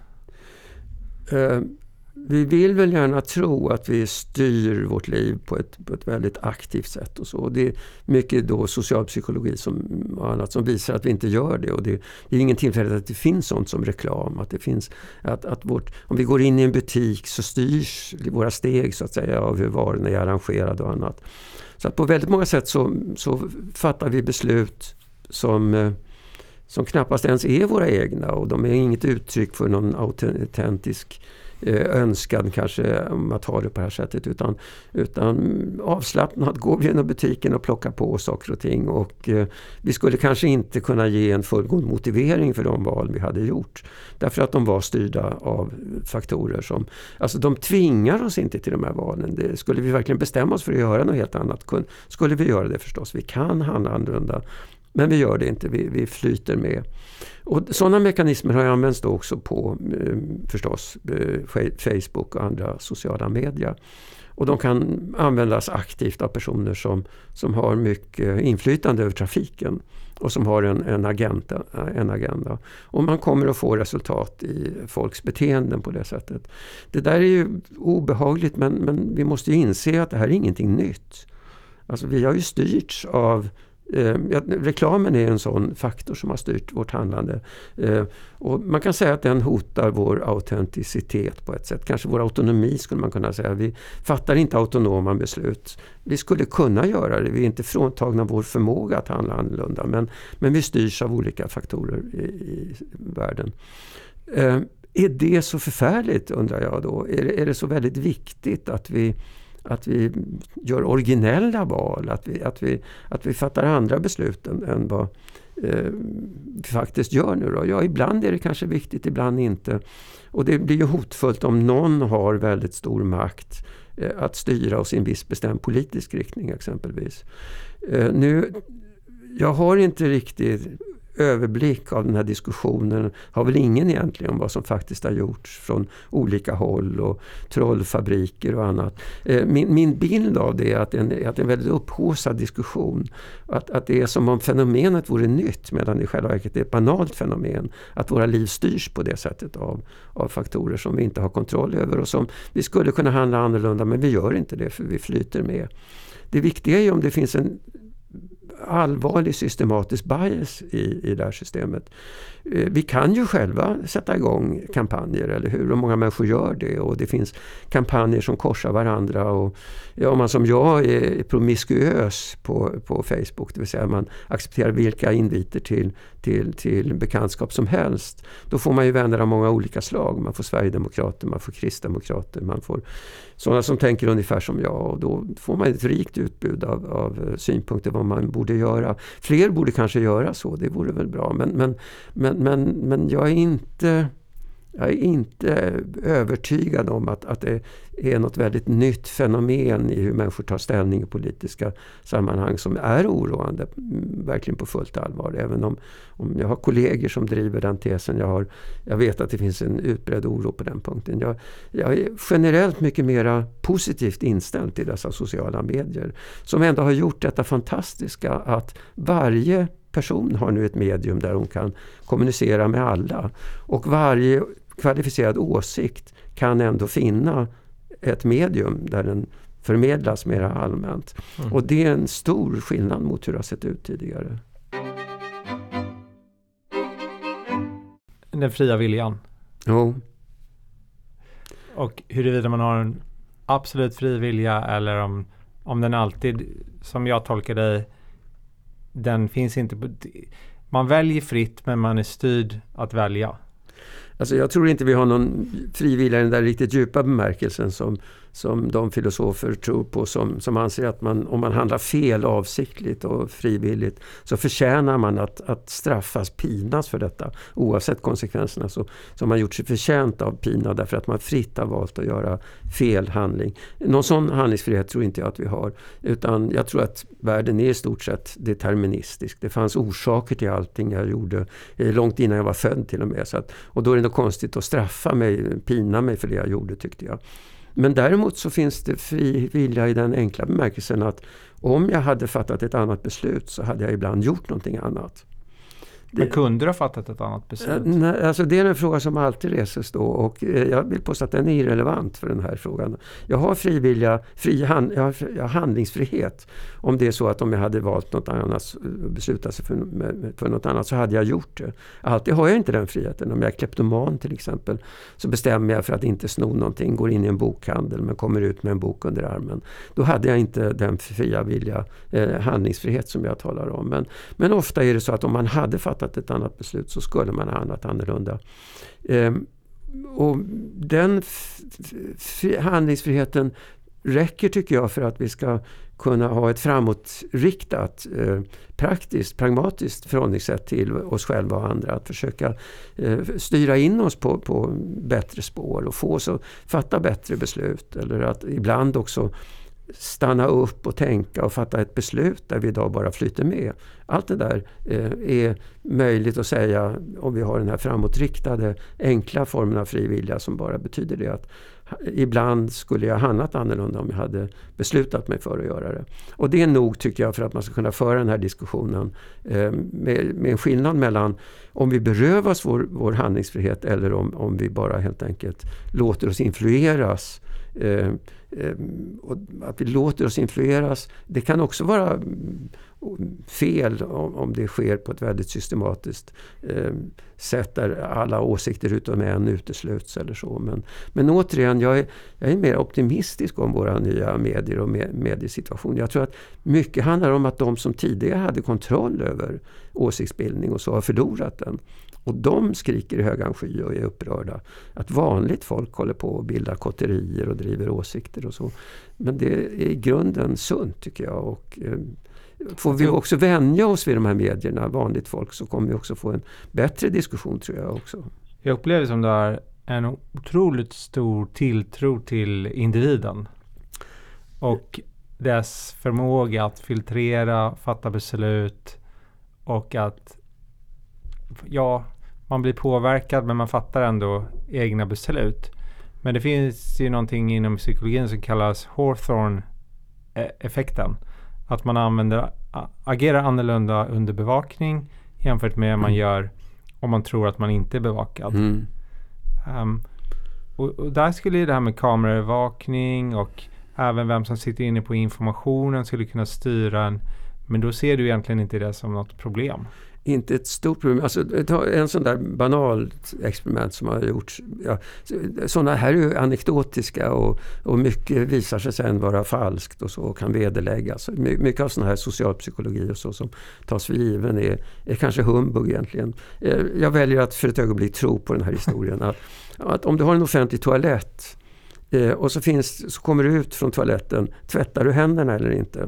Uh, vi vill väl gärna tro att vi styr vårt liv på ett, på ett väldigt aktivt sätt och så. Och det är mycket då socialpsykologi som, och annat som visar att vi inte gör det. Och det, det är ingen tillfällighet att det finns sånt som reklam. Att det finns, att, att vårt, om vi går in i en butik så styrs våra steg så att säga av hur varorna är arrangerade och annat. Så att på väldigt många sätt så, så fattar vi beslut som, som knappast ens är våra egna. Och de är inget uttryck för någon autentisk önskan kanske om att ha det på det här sättet utan, utan avslappnat går vi genom butiken och plockar på saker och ting och eh, vi skulle kanske inte kunna ge en fullgod motivering för de val vi hade gjort därför att de var styrda av faktorer som, alltså de tvingar oss inte till de här valen. Det, skulle vi verkligen bestämma oss för att göra något helt annat kun, skulle vi göra det förstås. Vi kan handla annorlunda. Men vi gör det inte, vi, vi flyter med. Och sådana mekanismer har använts då också på eh, förstås eh, Facebook och andra sociala medier. Och de kan användas aktivt av personer som, som har mycket inflytande över trafiken och som har en, en, agenda, en agenda. Och man kommer att få resultat i folks beteenden på det sättet. Det där är ju obehagligt men, men vi måste ju inse att det här är ingenting nytt. Alltså vi har ju styrts av Eh, reklamen är en sån faktor som har styrt vårt handlande. Eh, och man kan säga att den hotar vår autenticitet på ett sätt. Kanske vår autonomi skulle man kunna säga. Vi fattar inte autonoma beslut. Vi skulle kunna göra det. Vi är inte fråntagna vår förmåga att handla annorlunda. Men, men vi styrs av olika faktorer i, i världen. Eh, är det så förfärligt undrar jag då? Är, är det så väldigt viktigt att vi att vi gör originella val, att vi, att vi, att vi fattar andra beslut än, än vad eh, vi faktiskt gör nu då. Ja, ibland är det kanske viktigt, ibland inte. Och det blir ju hotfullt om någon har väldigt stor makt eh, att styra oss i en viss bestämd politisk riktning exempelvis. Eh, nu, jag har inte riktigt överblick av den här diskussionen har väl ingen egentligen om vad som faktiskt har gjorts från olika håll och trollfabriker och annat. Min, min bild av det är att det är en, att det är en väldigt upphaussad diskussion. Att, att det är som om fenomenet vore nytt medan det i själva verket är ett banalt fenomen. Att våra liv styrs på det sättet av, av faktorer som vi inte har kontroll över och som vi skulle kunna handla annorlunda men vi gör inte det för vi flyter med. Det viktiga är ju om det finns en allvarlig systematisk bias i, i det här systemet. Vi kan ju själva sätta igång kampanjer, eller hur? Och många människor gör det. Och det finns kampanjer som korsar varandra. Och ja, om man som jag är promiskuös på, på Facebook, det vill säga man accepterar vilka inviter till, till, till bekantskap som helst, då får man ju vänner av många olika slag. Man får Sverigedemokrater, man får kristdemokrater, man får sådana som tänker ungefär som jag. Och då får man ett rikt utbud av, av synpunkter vad man borde göra. Fler borde kanske göra så, det vore väl bra. Men, men, men, men, men jag är inte Jag är inte övertygad om att, att det är något väldigt nytt fenomen i hur människor tar ställning i politiska sammanhang som är oroande, verkligen på fullt allvar. Även om, om jag har kollegor som driver den tesen, jag, har, jag vet att det finns en utbredd oro på den punkten. Jag, jag är generellt mycket mer positivt inställd till dessa sociala medier som ändå har gjort detta fantastiska att varje person har nu ett medium där hon kan kommunicera med alla. Och varje kvalificerad åsikt kan ändå finna ett medium där den förmedlas mer allmänt. Mm. Och det är en stor skillnad mot hur det har sett ut tidigare. Den fria viljan. Jo. Och huruvida man har en absolut fri vilja eller om, om den alltid, som jag tolkar dig, den finns inte på, man väljer fritt men man är styrd att välja. Alltså jag tror inte vi har någon frivillig i den där riktigt djupa bemärkelsen som, som de filosofer tror på som, som anser att man, om man handlar fel avsiktligt och frivilligt så förtjänar man att, att straffas, pinas för detta oavsett konsekvenserna. Så, så har man gjort sig förtjänt av pina därför att man fritt har valt att göra fel handling. Någon sån handlingsfrihet tror inte jag att vi har, utan jag tror att världen är i stort sett deterministisk. Det fanns orsaker till allting jag gjorde långt innan jag var född till och med. Så att, och då är det nog konstigt att straffa mig, pina mig för det jag gjorde, tyckte jag. Men däremot så finns det fri vilja i den enkla bemärkelsen att om jag hade fattat ett annat beslut så hade jag ibland gjort någonting annat. Men kunde du ha fattat ett annat beslut? Nej, alltså det är en fråga som alltid reses då och jag vill påstå att den är irrelevant för den här frågan. Jag har frivilliga, fri hand, jag har, jag har handlingsfrihet. Om det är så att om jag hade valt något annat, beslutat sig för, för något annat så hade jag gjort det. Alltid har jag inte den friheten. Om jag är kleptoman till exempel så bestämmer jag för att inte sno någonting, går in i en bokhandel men kommer ut med en bok under armen. Då hade jag inte den fria vilja, eh, handlingsfrihet som jag talar om. Men, men ofta är det så att om man hade fattat ett annat beslut så skulle man ha handlat annorlunda. Ehm, och den f- f- handlingsfriheten räcker tycker jag för att vi ska kunna ha ett framåtriktat, eh, praktiskt, pragmatiskt förhållningssätt till oss själva och andra. Att försöka eh, styra in oss på, på bättre spår och få oss att fatta bättre beslut. Eller att ibland också stanna upp och tänka och fatta ett beslut där vi idag bara flyter med. Allt det där eh, är möjligt att säga om vi har den här framåtriktade enkla formen av frivilliga som bara betyder det att ibland skulle jag handlat annorlunda om jag hade beslutat mig för att göra det. Och det är nog tycker jag för att man ska kunna föra den här diskussionen eh, med, med en skillnad mellan om vi berövas vår, vår handlingsfrihet eller om, om vi bara helt enkelt låter oss influeras. Eh, eh, och att vi låter oss influeras, det kan också vara fel om, om det sker på ett väldigt systematiskt eh, sätt där alla åsikter utom en utesluts eller så. Men, men återigen, jag är, jag är mer optimistisk om våra nya medier och med, mediesituation. Jag tror att mycket handlar om att de som tidigare hade kontroll över åsiktsbildning och så har förlorat den. Och de skriker i högan sky och är upprörda. Att vanligt folk håller på att bilda kotterier och driver åsikter och så. Men det är i grunden sunt tycker jag. Och eh, får vi också vänja oss vid de här medierna, vanligt folk, så kommer vi också få en bättre diskussion tror jag också. Jag upplever som det är en otroligt stor tilltro till individen. Och dess förmåga att filtrera, fatta beslut och att ja, man blir påverkad men man fattar ändå egna beslut. Men det finns ju någonting inom psykologin som kallas Hawthorne-effekten. Att man använder, agerar annorlunda under bevakning jämfört med hur man gör om man tror att man inte är bevakad. Mm. Um, och, och där skulle ju det här med kameraövervakning och även vem som sitter inne på informationen skulle kunna styra en. Men då ser du egentligen inte det som något problem. Inte ett stort problem. Alltså, en sån där banalt experiment som har gjorts. Ja, sådana här är ju anekdotiska och, och mycket visar sig sen vara falskt och så och kan vederläggas. My, mycket av sån här socialpsykologi och så som tas för given är, är kanske humbug egentligen. Jag väljer att för ett ögonblick tro på den här historien. Att, att om du har en offentlig toalett och så, finns, så kommer du ut från toaletten, tvättar du händerna eller inte?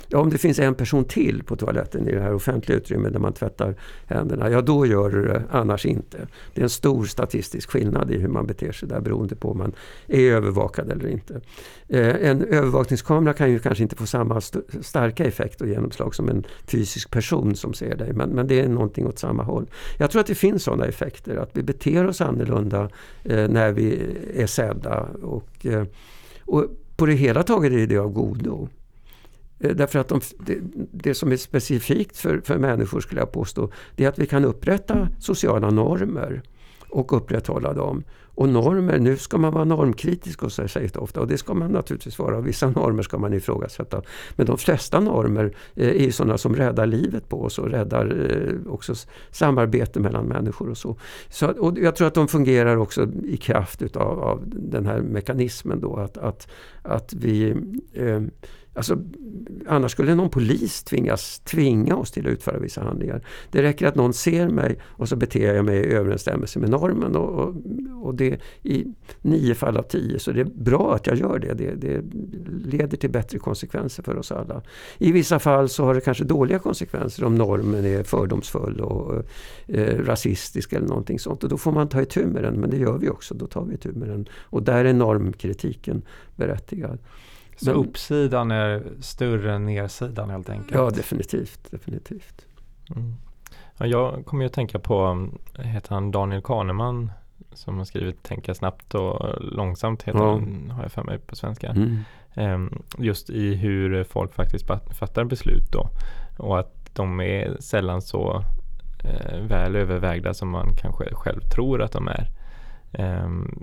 Ja, om det finns en person till på toaletten i det här offentliga utrymmet där man tvättar händerna, ja då gör du det, annars inte. Det är en stor statistisk skillnad i hur man beter sig där beroende på om man är övervakad eller inte. Eh, en övervakningskamera kan ju kanske inte få samma st- starka effekt och genomslag som en fysisk person som ser dig, men, men det är någonting åt samma håll. Jag tror att det finns sådana effekter, att vi beter oss annorlunda eh, när vi är sedda och, eh, och på det hela taget är det av godo. Därför att de, det, det som är specifikt för, för människor skulle jag påstå, det är att vi kan upprätta sociala normer och upprätthålla dem. Och normer, nu ska man vara normkritisk och så säger det ofta, och det ska man naturligtvis vara. Vissa normer ska man ifrågasätta. Men de flesta normer eh, är ju sådana som räddar livet på oss och räddar eh, också samarbete mellan människor och så. så. Och jag tror att de fungerar också i kraft utav, av den här mekanismen då, att, att, att vi... Eh, Alltså, annars skulle någon polis tvingas tvinga oss till att utföra vissa handlingar. Det räcker att någon ser mig och så beter jag mig i överensstämmelse med normen. Och, och, och det i nio fall av tio. Så det är bra att jag gör det. det. Det leder till bättre konsekvenser för oss alla. I vissa fall så har det kanske dåliga konsekvenser om normen är fördomsfull och eh, rasistisk eller någonting sånt. Och då får man ta itu med den. Men det gör vi också. Då tar vi itu med den. Och där är normkritiken berättigad. Så Men, uppsidan är större än nedsidan helt enkelt? Ja, definitivt. definitivt. Mm. Ja, jag kommer ju att tänka på, heter han Daniel Kahneman som har skrivit Tänka snabbt och långsamt, heter ja. han, har jag för mig på svenska. Mm. Um, just i hur folk faktiskt fattar beslut då. Och att de är sällan så uh, väl övervägda som man kanske själv tror att de är. Um,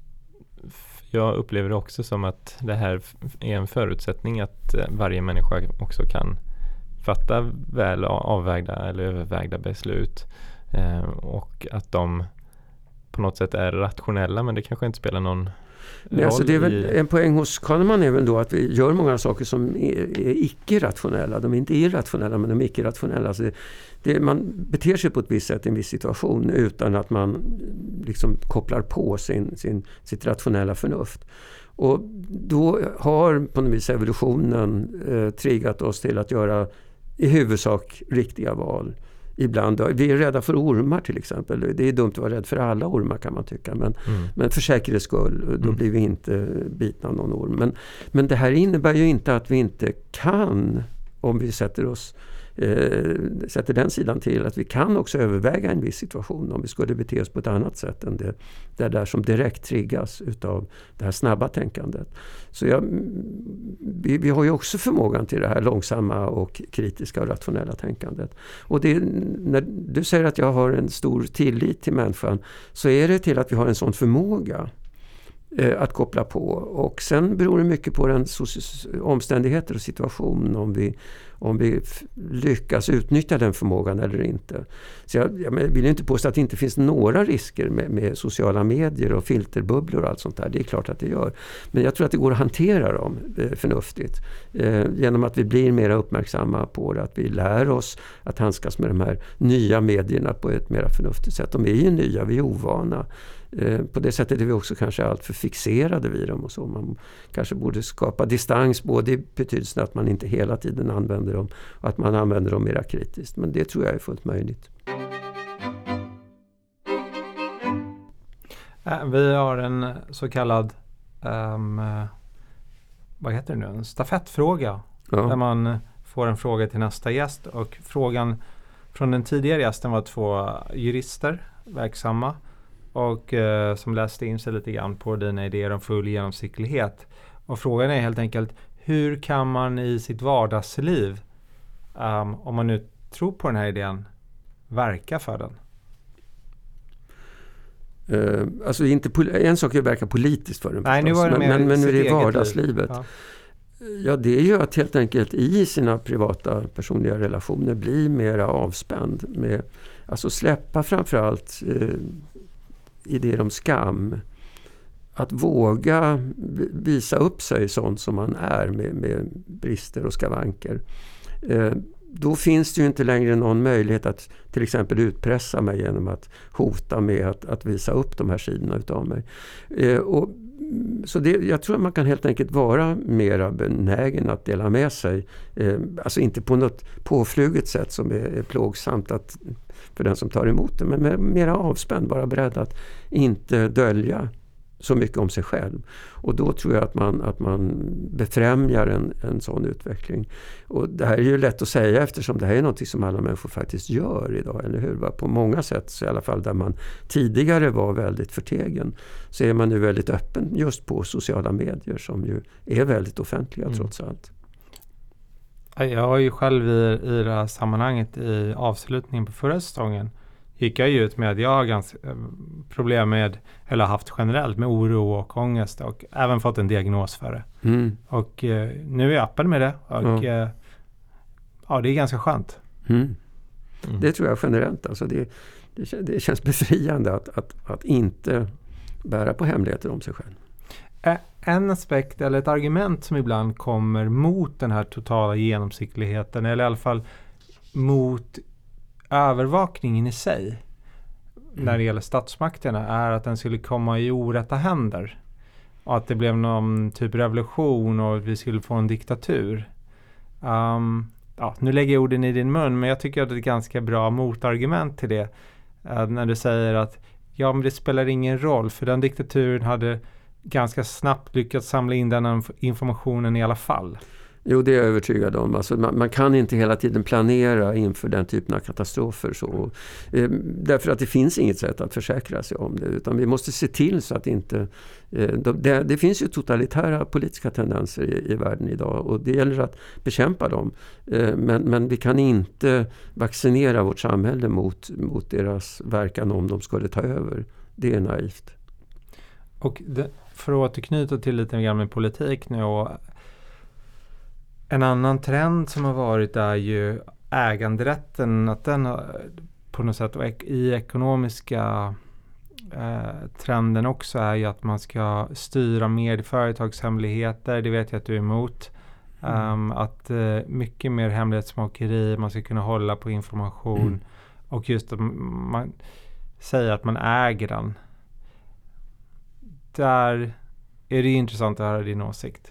Jag upplever det också som att det här är en förutsättning att varje människa också kan fatta väl avvägda eller övervägda beslut eh, och att de på något sätt är rationella, men det kanske inte spelar någon Nej, alltså det är väl, i... en poäng hos Kahneman är väl då att vi gör många saker som är, är icke-rationella. De är inte irrationella, men de är icke-rationella. Alltså det, det, man beter sig på ett visst sätt i en viss situation utan att man liksom kopplar på sin, sin, sitt rationella förnuft. Och då har på något vis evolutionen eh, triggat oss till att göra i huvudsak riktiga val. Ibland, vi är rädda för ormar till exempel. Det är dumt att vara rädd för alla ormar kan man tycka. Men, mm. men för säkerhets skull, då mm. blir vi inte bitna av någon orm. Men, men det här innebär ju inte att vi inte kan, om vi sätter oss eh, sätter den sidan till, att vi kan också överväga en viss situation om vi skulle bete oss på ett annat sätt än det, det där som direkt triggas utav det här snabba tänkandet. Så jag, vi, vi har ju också förmågan till det här långsamma och kritiska och rationella tänkandet. Och det, när du säger att jag har en stor tillit till människan, så är det till att vi har en sån förmåga eh, att koppla på. Och sen beror det mycket på den so- omständigheter och situation om vi, om vi f- lyckas utnyttja den förmågan eller inte. Så jag, jag vill inte påstå att det inte finns några risker med, med sociala medier och filterbubblor och allt sånt där. Det är klart att det gör. Men jag tror att det går att hantera dem eh, förnuftigt. Eh, genom att vi blir mer uppmärksamma på det. Att vi lär oss att handskas med de här nya medierna på ett mer förnuftigt sätt. De är ju nya, vi är ovana. Eh, på det sättet är vi också kanske allt för fixerade vid dem och så. Man kanske borde skapa distans, både i betydelsen att man inte hela tiden använder dem och att man använder dem mer kritiskt. Men det tror jag är fullt möjligt. Vi har en så kallad um, vad heter det nu? En stafettfråga. Ja. Där man får en fråga till nästa gäst. Och frågan från den tidigare gästen var två jurister verksamma. Och uh, som läste in sig lite grann på dina idéer om full genomsiktlighet. Och frågan är helt enkelt, hur kan man i sitt vardagsliv, um, om man nu tror på den här idén, verka för den? Uh, alltså inte pol- en sak är att verka politiskt för den. Nej, nu var det men, men, men nu är det vardagslivet. Ja. ja, det är ju att helt enkelt i sina privata personliga relationer bli mera avspänd. Med, alltså släppa framförallt uh, idéer om skam. Att våga visa upp sig sånt som man är med, med brister och skavanker. Uh, då finns det ju inte längre någon möjlighet att till exempel utpressa mig genom att hota med att, att visa upp de här sidorna utav mig. Eh, och, så det, jag tror att man kan helt enkelt vara mera benägen att dela med sig. Eh, alltså inte på något påfluget sätt som är, är plågsamt att, för den som tar emot det, men med, mera avspänd, vara beredd att inte dölja så mycket om sig själv. Och då tror jag att man, att man befrämjar en, en sån utveckling. Och det här är ju lätt att säga eftersom det här är något som alla människor faktiskt gör idag, eller hur? På många sätt, så i alla fall där man tidigare var väldigt förtegen, så är man nu väldigt öppen just på sociala medier som ju är väldigt offentliga mm. trots allt. Jag har ju själv i, i det här sammanhanget i avslutningen på förra säsongen gick jag ju ut med att jag har ganska problem med, eller haft generellt med oro och ångest och även fått en diagnos för det. Mm. Och eh, nu är jag öppen med det och ja, eh, ja det är ganska skönt. Mm. Mm. Det tror jag generellt. Alltså det, det, det känns befriande att, att, att inte bära på hemligheter om sig själv. En aspekt eller ett argument som ibland kommer mot den här totala genomsiktligheten, eller i alla fall mot övervakningen i sig mm. när det gäller statsmakterna, är att den skulle komma i orätta händer och att det blev någon typ av revolution och vi skulle få en diktatur. Um, ja, nu lägger jag orden i din mun, men jag tycker att det är ett ganska bra motargument till det. Uh, när du säger att ja, men det spelar ingen roll, för den diktaturen hade ganska snabbt lyckats samla in den informationen i alla fall. Jo, det är jag övertygad om. Alltså, man, man kan inte hela tiden planera inför den typen av katastrofer. Så, eh, därför att det finns inget sätt att försäkra sig om det. Utan vi måste se till så att inte... Eh, det, det finns ju totalitära politiska tendenser i, i världen idag. Och det gäller att bekämpa dem. Eh, men, men vi kan inte vaccinera vårt samhälle mot, mot deras verkan om de skulle ta över. Det är naivt. Och det, för att återknyta till lite grann med politik nu, och en annan trend som har varit är ju äganderätten, att den har, på något sätt, och i ekonomiska eh, trenden också, är ju att man ska styra mer företagshemligheter. Det vet jag att du är emot. Mm. Um, att eh, mycket mer hemlighetsmakeri, man ska kunna hålla på information mm. och just att man säger att man äger den. Där är det intressant att höra din åsikt.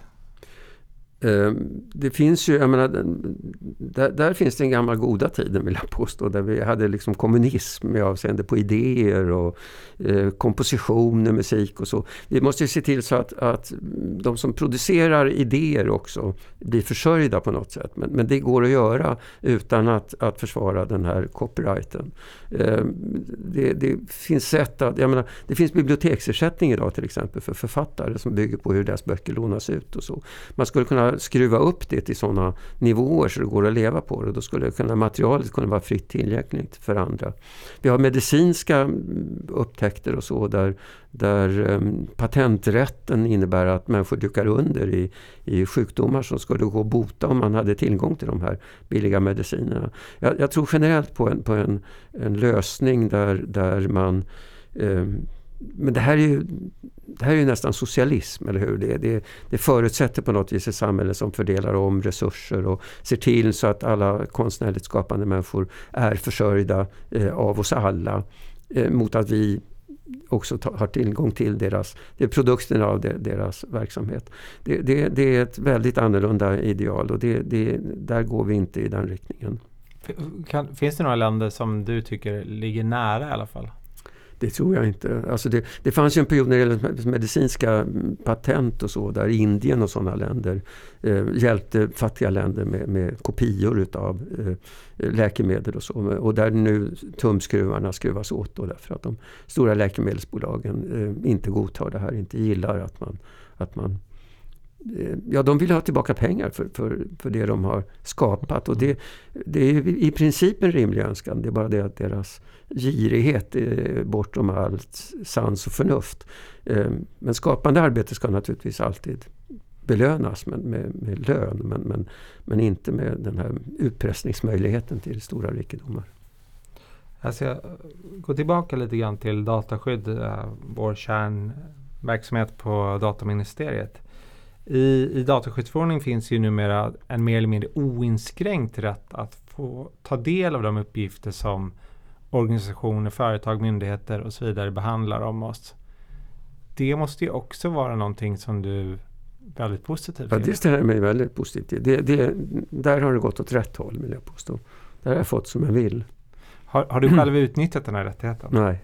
Det finns ju, jag menar, där, där finns det en gammal goda tiden, vill jag påstå, där vi hade liksom kommunism med avseende på idéer och eh, kompositioner, musik och så. Vi måste ju se till så att, att de som producerar idéer också blir försörjda på något sätt. Men, men det går att göra utan att, att försvara den här copyrighten. Eh, det, det finns sätt att, jag menar, det finns biblioteksersättning idag till exempel för författare som bygger på hur deras böcker lånas ut och så. Man skulle kunna skruva upp det till sådana nivåer så det går att leva på det. Då skulle kunna, materialet kunna vara fritt tillgängligt för andra. Vi har medicinska upptäckter och så där, där um, patenträtten innebär att människor dukar under i, i sjukdomar som skulle gå att bota om man hade tillgång till de här billiga medicinerna. Jag, jag tror generellt på en, på en, en lösning där, där man um, men det här är ju det här är ju nästan socialism, eller hur? Det, det, det förutsätter på något vis ett samhälle som fördelar om resurser och ser till så att alla konstnärligt skapande människor är försörjda eh, av oss alla eh, mot att vi också ta, har tillgång till deras, det är produkterna av de, deras verksamhet. Det, det, det är ett väldigt annorlunda ideal och det, det, där går vi inte i den riktningen. Kan, finns det några länder som du tycker ligger nära i alla fall? Det tror jag inte. Alltså det, det fanns ju en period när det gällde medicinska patent och så, där Indien och sådana länder eh, hjälpte fattiga länder med, med kopior utav eh, läkemedel och så. Och där nu tumskruvarna skruvas åt då, därför att de stora läkemedelsbolagen eh, inte godtar det här, inte gillar att man, att man ja, de vill ha tillbaka pengar för, för, för det de har skapat. Och det, det är i princip en rimlig önskan. Det är bara det att deras girighet är bortom allt sans och förnuft. Men skapande arbete ska naturligtvis alltid belönas med, med, med lön. Men, men, men inte med den här utpressningsmöjligheten till stora rikedomar. Jag ska gå tillbaka lite grann till dataskydd. Vår kärnverksamhet på dataministeriet. I, i dataskyddsförordningen finns ju numera en mer eller mindre oinskränkt rätt att få ta del av de uppgifter som organisationer, företag, myndigheter och så vidare behandlar om oss. Det måste ju också vara någonting som du är väldigt positiv till. Ja, det ställer mig väldigt positivt till. Det, det, där har det gått åt rätt håll, vill jag påstå. Där har jag fått som jag vill. Har, har du själv utnyttjat den här rättigheten? Nej.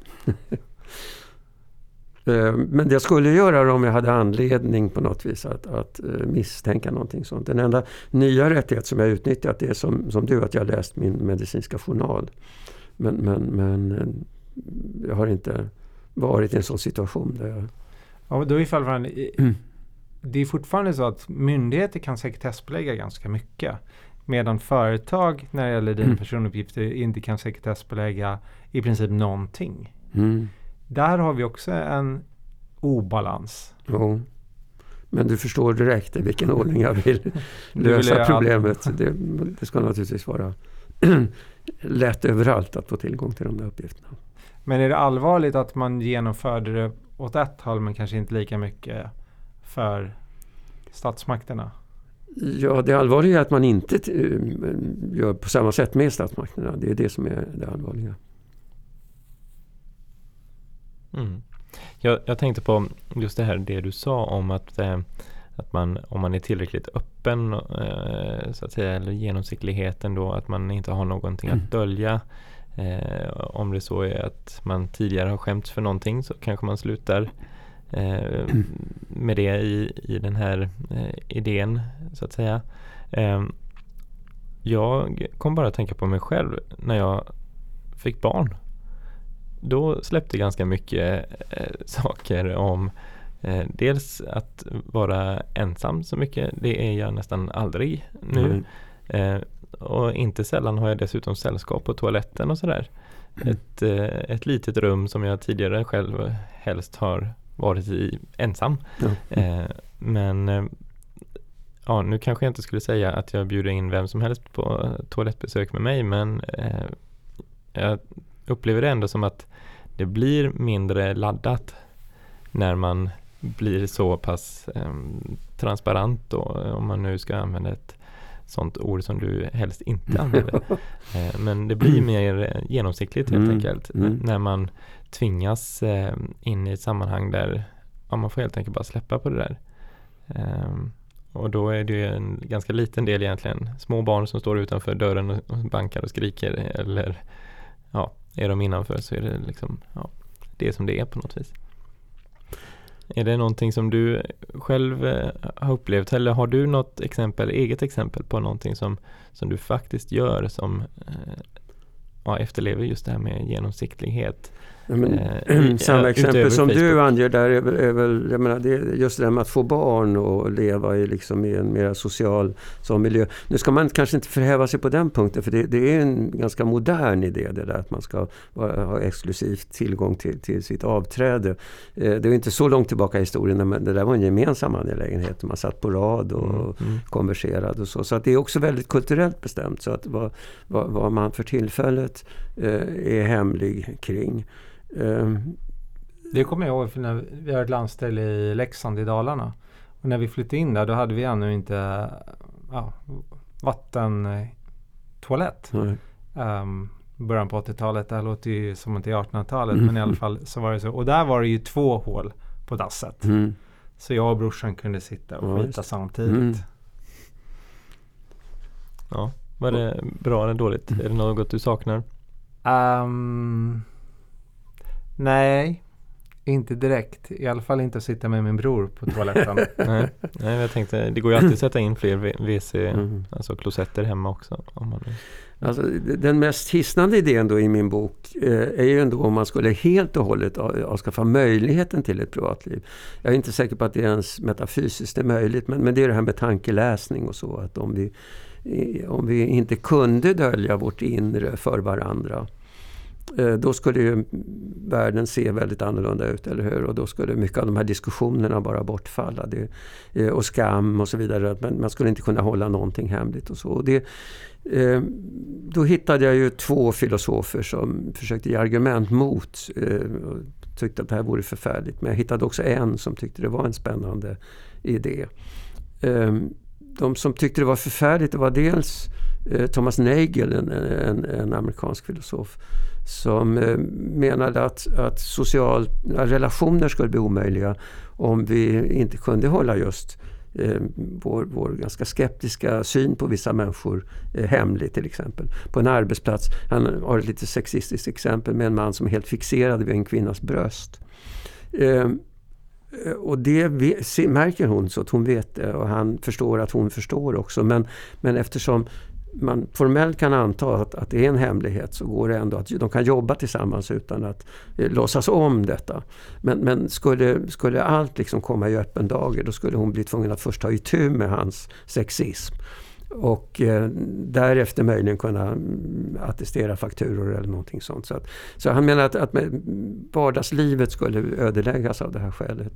Men det skulle göra det om jag hade anledning på något vis att, att misstänka någonting sånt. Den enda nya rättighet som jag utnyttjat är som, som du, att jag läst min medicinska journal. Men, men, men jag har inte varit i en sån situation där jag... Ja, då är ifall mm. Det är fortfarande så att myndigheter kan sekretessbelägga ganska mycket. Medan företag när det gäller dina mm. personuppgifter inte kan sekretessbelägga i princip någonting. Mm. Där har vi också en obalans. Ja. Men du förstår direkt i vilken ordning jag vill lösa vill problemet. Det, det ska naturligtvis vara lätt överallt att få tillgång till de där uppgifterna. Men är det allvarligt att man genomförde det åt ett håll men kanske inte lika mycket för statsmakterna? Ja, det allvarliga är att man inte t- gör på samma sätt med statsmakterna. Det är det som är det allvarliga. Mm. Jag, jag tänkte på just det här, det du sa om att, eh, att man, om man är tillräckligt öppen eh, så att säga, eller genomsiktligheten då, att man inte har någonting mm. att dölja. Eh, om det så är att man tidigare har skämts för någonting så kanske man slutar eh, med det i, i den här eh, idén så att säga. Eh, jag kom bara att tänka på mig själv när jag fick barn. Då släppte ganska mycket eh, saker om eh, dels att vara ensam så mycket. Det är jag nästan aldrig nu. Mm. Eh, och inte sällan har jag dessutom sällskap på toaletten och sådär. Mm. Ett, eh, ett litet rum som jag tidigare själv helst har varit i ensam. Mm. Eh, men eh, ja, nu kanske jag inte skulle säga att jag bjuder in vem som helst på toalettbesök med mig, men eh, jag upplever det ändå som att det blir mindre laddat när man blir så pass eh, transparent då, om man nu ska använda ett sånt ord som du helst inte använder. eh, men det blir mer genomsiktligt helt mm. enkelt mm. när man tvingas eh, in i ett sammanhang där ja, man får helt enkelt bara släppa på det där. Eh, och då är det ju en ganska liten del egentligen. Små barn som står utanför dörren och, och bankar och skriker, eller ja, är de innanför så är det liksom ja, det är som det är på något vis. Är det någonting som du själv eh, har upplevt, eller har du något exempel, eget exempel på någonting som, som du faktiskt gör som eh, ja, efterlever just det här med genomsiktlighet? Ja, men, eh, samma exempel som Facebook. Du anger där är väl, är väl jag menar, det är just det här med att få barn och leva i, liksom, i en mer social som miljö. Nu ska man kanske inte förhäva sig på den punkten, för det, det är en ganska modern idé det där att man ska vara, ha exklusivt tillgång till, till sitt avträde. Eh, det är inte så långt tillbaka i historien, men det där var en gemensam angelägenhet. Man satt på rad och mm, mm. konverserade och så. Så att det är också väldigt kulturellt bestämt, så att vad, vad, vad man för tillfället eh, är hemlig kring. Det kommer jag ihåg, för när vi har ett landställe i Leksand i Dalarna, och när vi flyttade in där, då hade vi ännu inte ja, vattentoalett. Mm. Um, början på åttiotalet, det här låter ju som att det är artonhundratalet, mm. men i alla fall så var det så. Och där var det ju två hål på dasset. Mm. Så jag och brorsan kunde sitta och skita ja, samtidigt. Mm. Ja, var det bra eller dåligt? Mm. Är det något du saknar? Um, Nej, inte direkt. I alla fall inte att sitta med min bror på toaletten. nej, nej, jag tänkte, det går ju alltid att sätta in fler W C, mm. alltså klosetter hemma också. Om man vill. Alltså, den mest hisnande idén då i min bok eh, är ju ändå om man skulle helt och hållet avskaffa möjligheten till ett privatliv. Jag är inte säker på att det ens metafysiskt är möjligt, men, men det är det här med tankeläsning och så, att om vi, om vi inte kunde dölja vårt inre för varandra, då skulle ju världen se väldigt annorlunda ut, eller hur? Och då skulle mycket av de här diskussionerna bara bortfalla. Det, och skam och så vidare. Men man skulle inte kunna hålla någonting hemligt och så. Och det, då hittade jag ju två filosofer som försökte ge argument mot och tyckte att det här vore förfärligt. Men jag hittade också en som tyckte det var en spännande idé. De som tyckte det var förfärligt, det var dels eh, Thomas Nagel, en, en, en amerikansk filosof, som eh, menade att, att social, relationer skulle bli omöjliga om vi inte kunde hålla just eh, vår, vår ganska skeptiska syn på vissa människor eh, hemlig, till exempel. På en arbetsplats, han har ett lite sexistiskt exempel med en man som är helt fixerad vid en kvinnas bröst. Eh, och det märker hon, så att hon vet det, och han förstår att hon förstår också. Men, men eftersom man formellt kan anta att, att det är en hemlighet, så går det ändå att de kan jobba tillsammans utan att eh, låtsas om detta. Men, men skulle, skulle allt liksom komma i öppen dager, då skulle hon bli tvungen att först ta itu med hans sexism. Och eh, därefter möjligen kunna mm, attestera fakturor eller någonting sånt. Så, att, så han menar att, att vardagslivet skulle ödeläggas av det här skälet.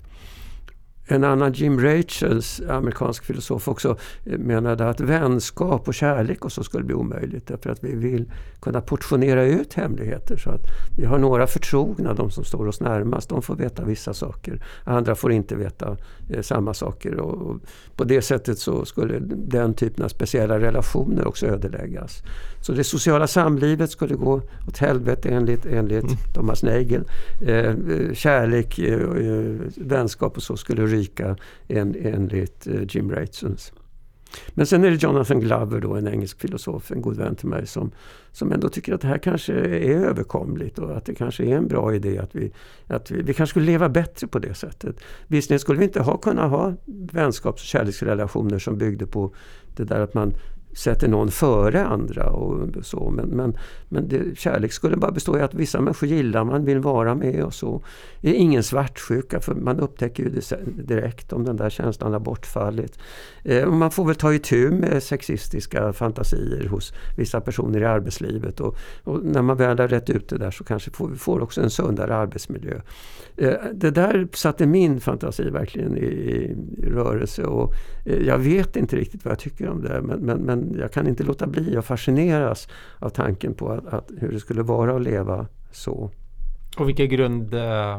En annan, Jim Rachels, amerikansk filosof, också menade att vänskap och kärlek och så skulle bli omöjligt, därför att vi vill kunna portionera ut hemligheter, så att vi har några förtrogna, de som står oss närmast, de får veta vissa saker, andra får inte veta eh, samma saker, och, och på det sättet så skulle den typen av speciella relationer också ödeläggas. Så det sociala samlivet skulle gå åt helvete enligt, enligt mm. Thomas Nagel. Eh, kärlek, eh, vänskap och så skulle ryka en, enligt eh, Jim Rachels. Men sen är det Jonathan Glover då, en engelsk filosof, en god vän till mig, som, som ändå tycker att det här kanske är överkomligt och att det kanske är en bra idé att vi, att vi, vi kanske skulle leva bättre på det sättet. Visst skulle vi inte ha kunnat ha vänskaps- och kärleksrelationer som byggde på det där att man sätter någon före andra och så, men, men, men det, kärlek skulle bara bestå i att vissa människor gillar man, vill vara med och så. Det är ingen svartsjuka, för man upptäcker ju det direkt om den där känslan har bortfallit. Eh, och man får väl ta itu med sexistiska fantasier hos vissa personer i arbetslivet, och, och när man väl har rätt ut det där så kanske får vi får också en sundare arbetsmiljö. Eh, det där satte min fantasi verkligen i, i rörelse, och eh, jag vet inte riktigt vad jag tycker om det, men, men, men jag kan inte låta bli att fascineras av tanken på att, att hur det skulle vara att leva så. Och vilka grundidéer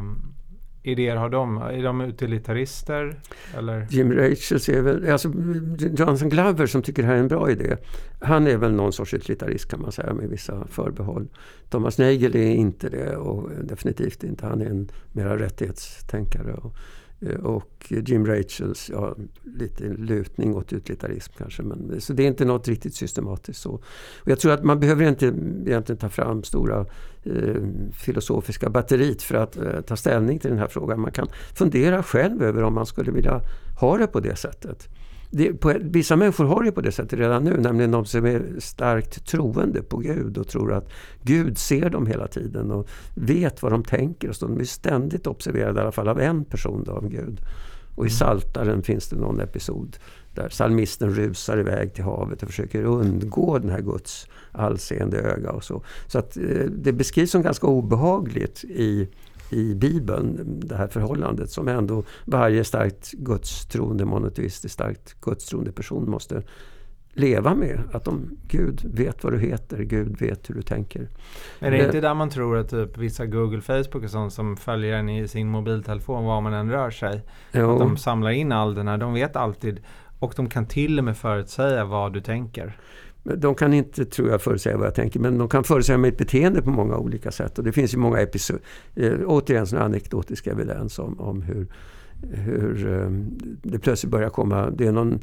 äh, har de? Är de utilitarister? Eller? Jim Rachels är väl, alltså Jonathan Glover som tycker det här är en bra idé, han är väl någon sorts utilitarist, kan man säga, med vissa förbehåll. Thomas Nagel är inte det, och definitivt inte. Han är en mera rättighetstänkare, och Och Jim Rachels, ja, lite lutning åt utilitarism kanske, men så det är inte något riktigt systematiskt så. Och jag tror att man behöver inte egentligen ta fram stora eh, filosofiska batteriet för att eh, ta ställning till den här frågan. Man kan fundera själv över om man skulle vilja ha det på det sättet. Det, på, vissa människor har det på det sättet redan nu, nämligen de som är starkt troende på Gud och tror att Gud ser dem hela tiden och vet vad de tänker, och så de är ständigt observerade i alla fall av en person då, av Gud. Och i Psaltaren finns det någon episod där psalmisten rusar iväg till havet och försöker undgå den här Guds allseende öga och så. Så att eh, det beskrivs som ganska obehagligt i i Bibeln, det här förhållandet som ändå varje starkt gudstroende, monoteistiskt starkt gudstroende person måste leva med. Att om Gud vet vad du heter, Gud vet hur du tänker. Är det inte där man tror att typ vissa Google, Facebook och sånt som följer en i sin mobiltelefon var man än rör sig, jo. Att de samlar in all den här, de vet alltid, och de kan till och med förutsäga vad du tänker. De kan inte, tror jag, förutsäga vad jag tänker, men de kan förutsäga mitt beteende på många olika sätt. Och det finns ju många episoder, eh, återigen sån anekdotisk evidens om, om hur, hur eh, det plötsligt börjar komma, det är någon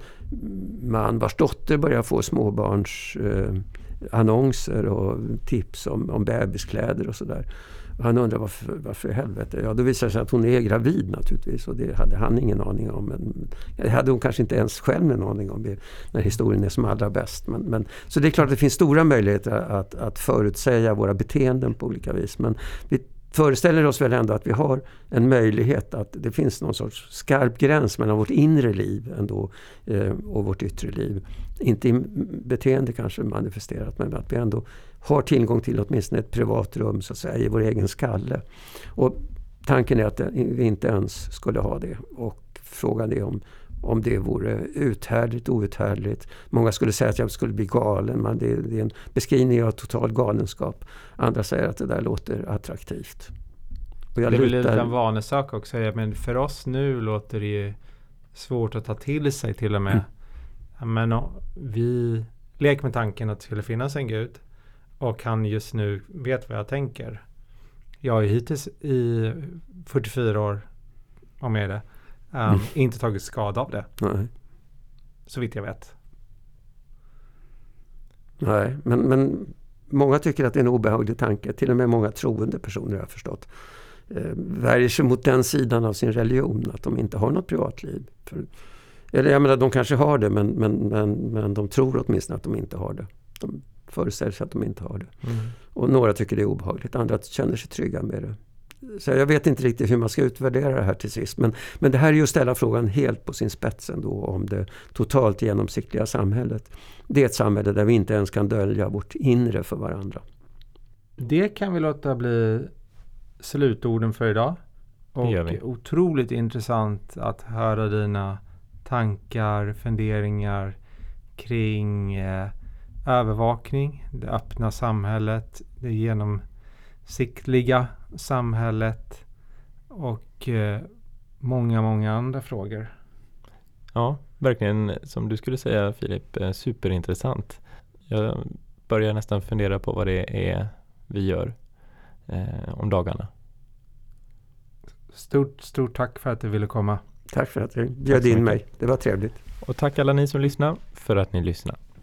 man vars dotter börjar få småbarns eh, annonser och tips om, om bebiskläder och sådär. Och han undrar varför, varför i helvete. Ja, då visar det sig att hon är gravid naturligtvis, och det hade han ingen aning om. Men det hade hon kanske inte ens själv en aning om det, när historien är som allra bäst. Men, men, så det är klart att det finns stora möjligheter att, att förutsäga våra beteenden på olika vis. Men vi föreställer oss väl ändå att vi har en möjlighet, att det finns någon sorts skarp gräns mellan vårt inre liv ändå eh, och vårt yttre liv. Inte i beteende kanske manifesterat, men att vi ändå har tillgång till åtminstone ett privat rum, så att säga, i vår egen skalle. Och tanken är att vi inte ens skulle ha det. Och frågan är om, om det vore uthärdligt, outhärdligt. Många skulle säga att jag skulle bli galen, men det, det är en beskrivning av total galenskap. Andra säger att det där låter attraktivt. Och jag det är väl lite en vanesak också, men för oss nu låter det ju svårt att ta till sig till och med. Mm. Men vi lek med tanken att det skulle finnas en gud och han just nu vet vad jag tänker. Jag har ju hittills i fyrtiofyra år, om jag är det, um, mm. inte tagit skada av det. Nej. Så vitt jag vet. Nej, men, men många tycker att det är en obehaglig tanke. Till och med många troende personer, jag har förstått, eh, värjer sig mot den sidan av sin religion, att de inte har något privatliv. För, eller jag menar, de kanske har det, men, men, men, men de tror åtminstone att de inte har det. De föreställer sig att de inte har det. Mm. Och några tycker det är obehagligt, andra känner sig trygga med det. Så jag vet inte riktigt hur man ska utvärdera det här till sist. Men, men det här är ju att ställa frågan helt på sin spets ändå om det totalt genomsiktliga samhället. Det är ett samhälle där vi inte ens kan dölja vårt inre för varandra. Det kan vi låta bli slutorden för idag. Och otroligt intressant att höra dina tankar, funderingar kring eh, övervakning, det öppna samhället, det genomsiktliga samhället och eh, många, många andra frågor. Ja, verkligen som du skulle säga, Filip, eh, superintressant. Jag börjar nästan fundera på vad det är vi gör eh, om dagarna. Stort, stort tack för att du ville komma. Tack för att du bjöd in mig. Det var trevligt. Och tack alla ni som lyssnar för att ni lyssnar.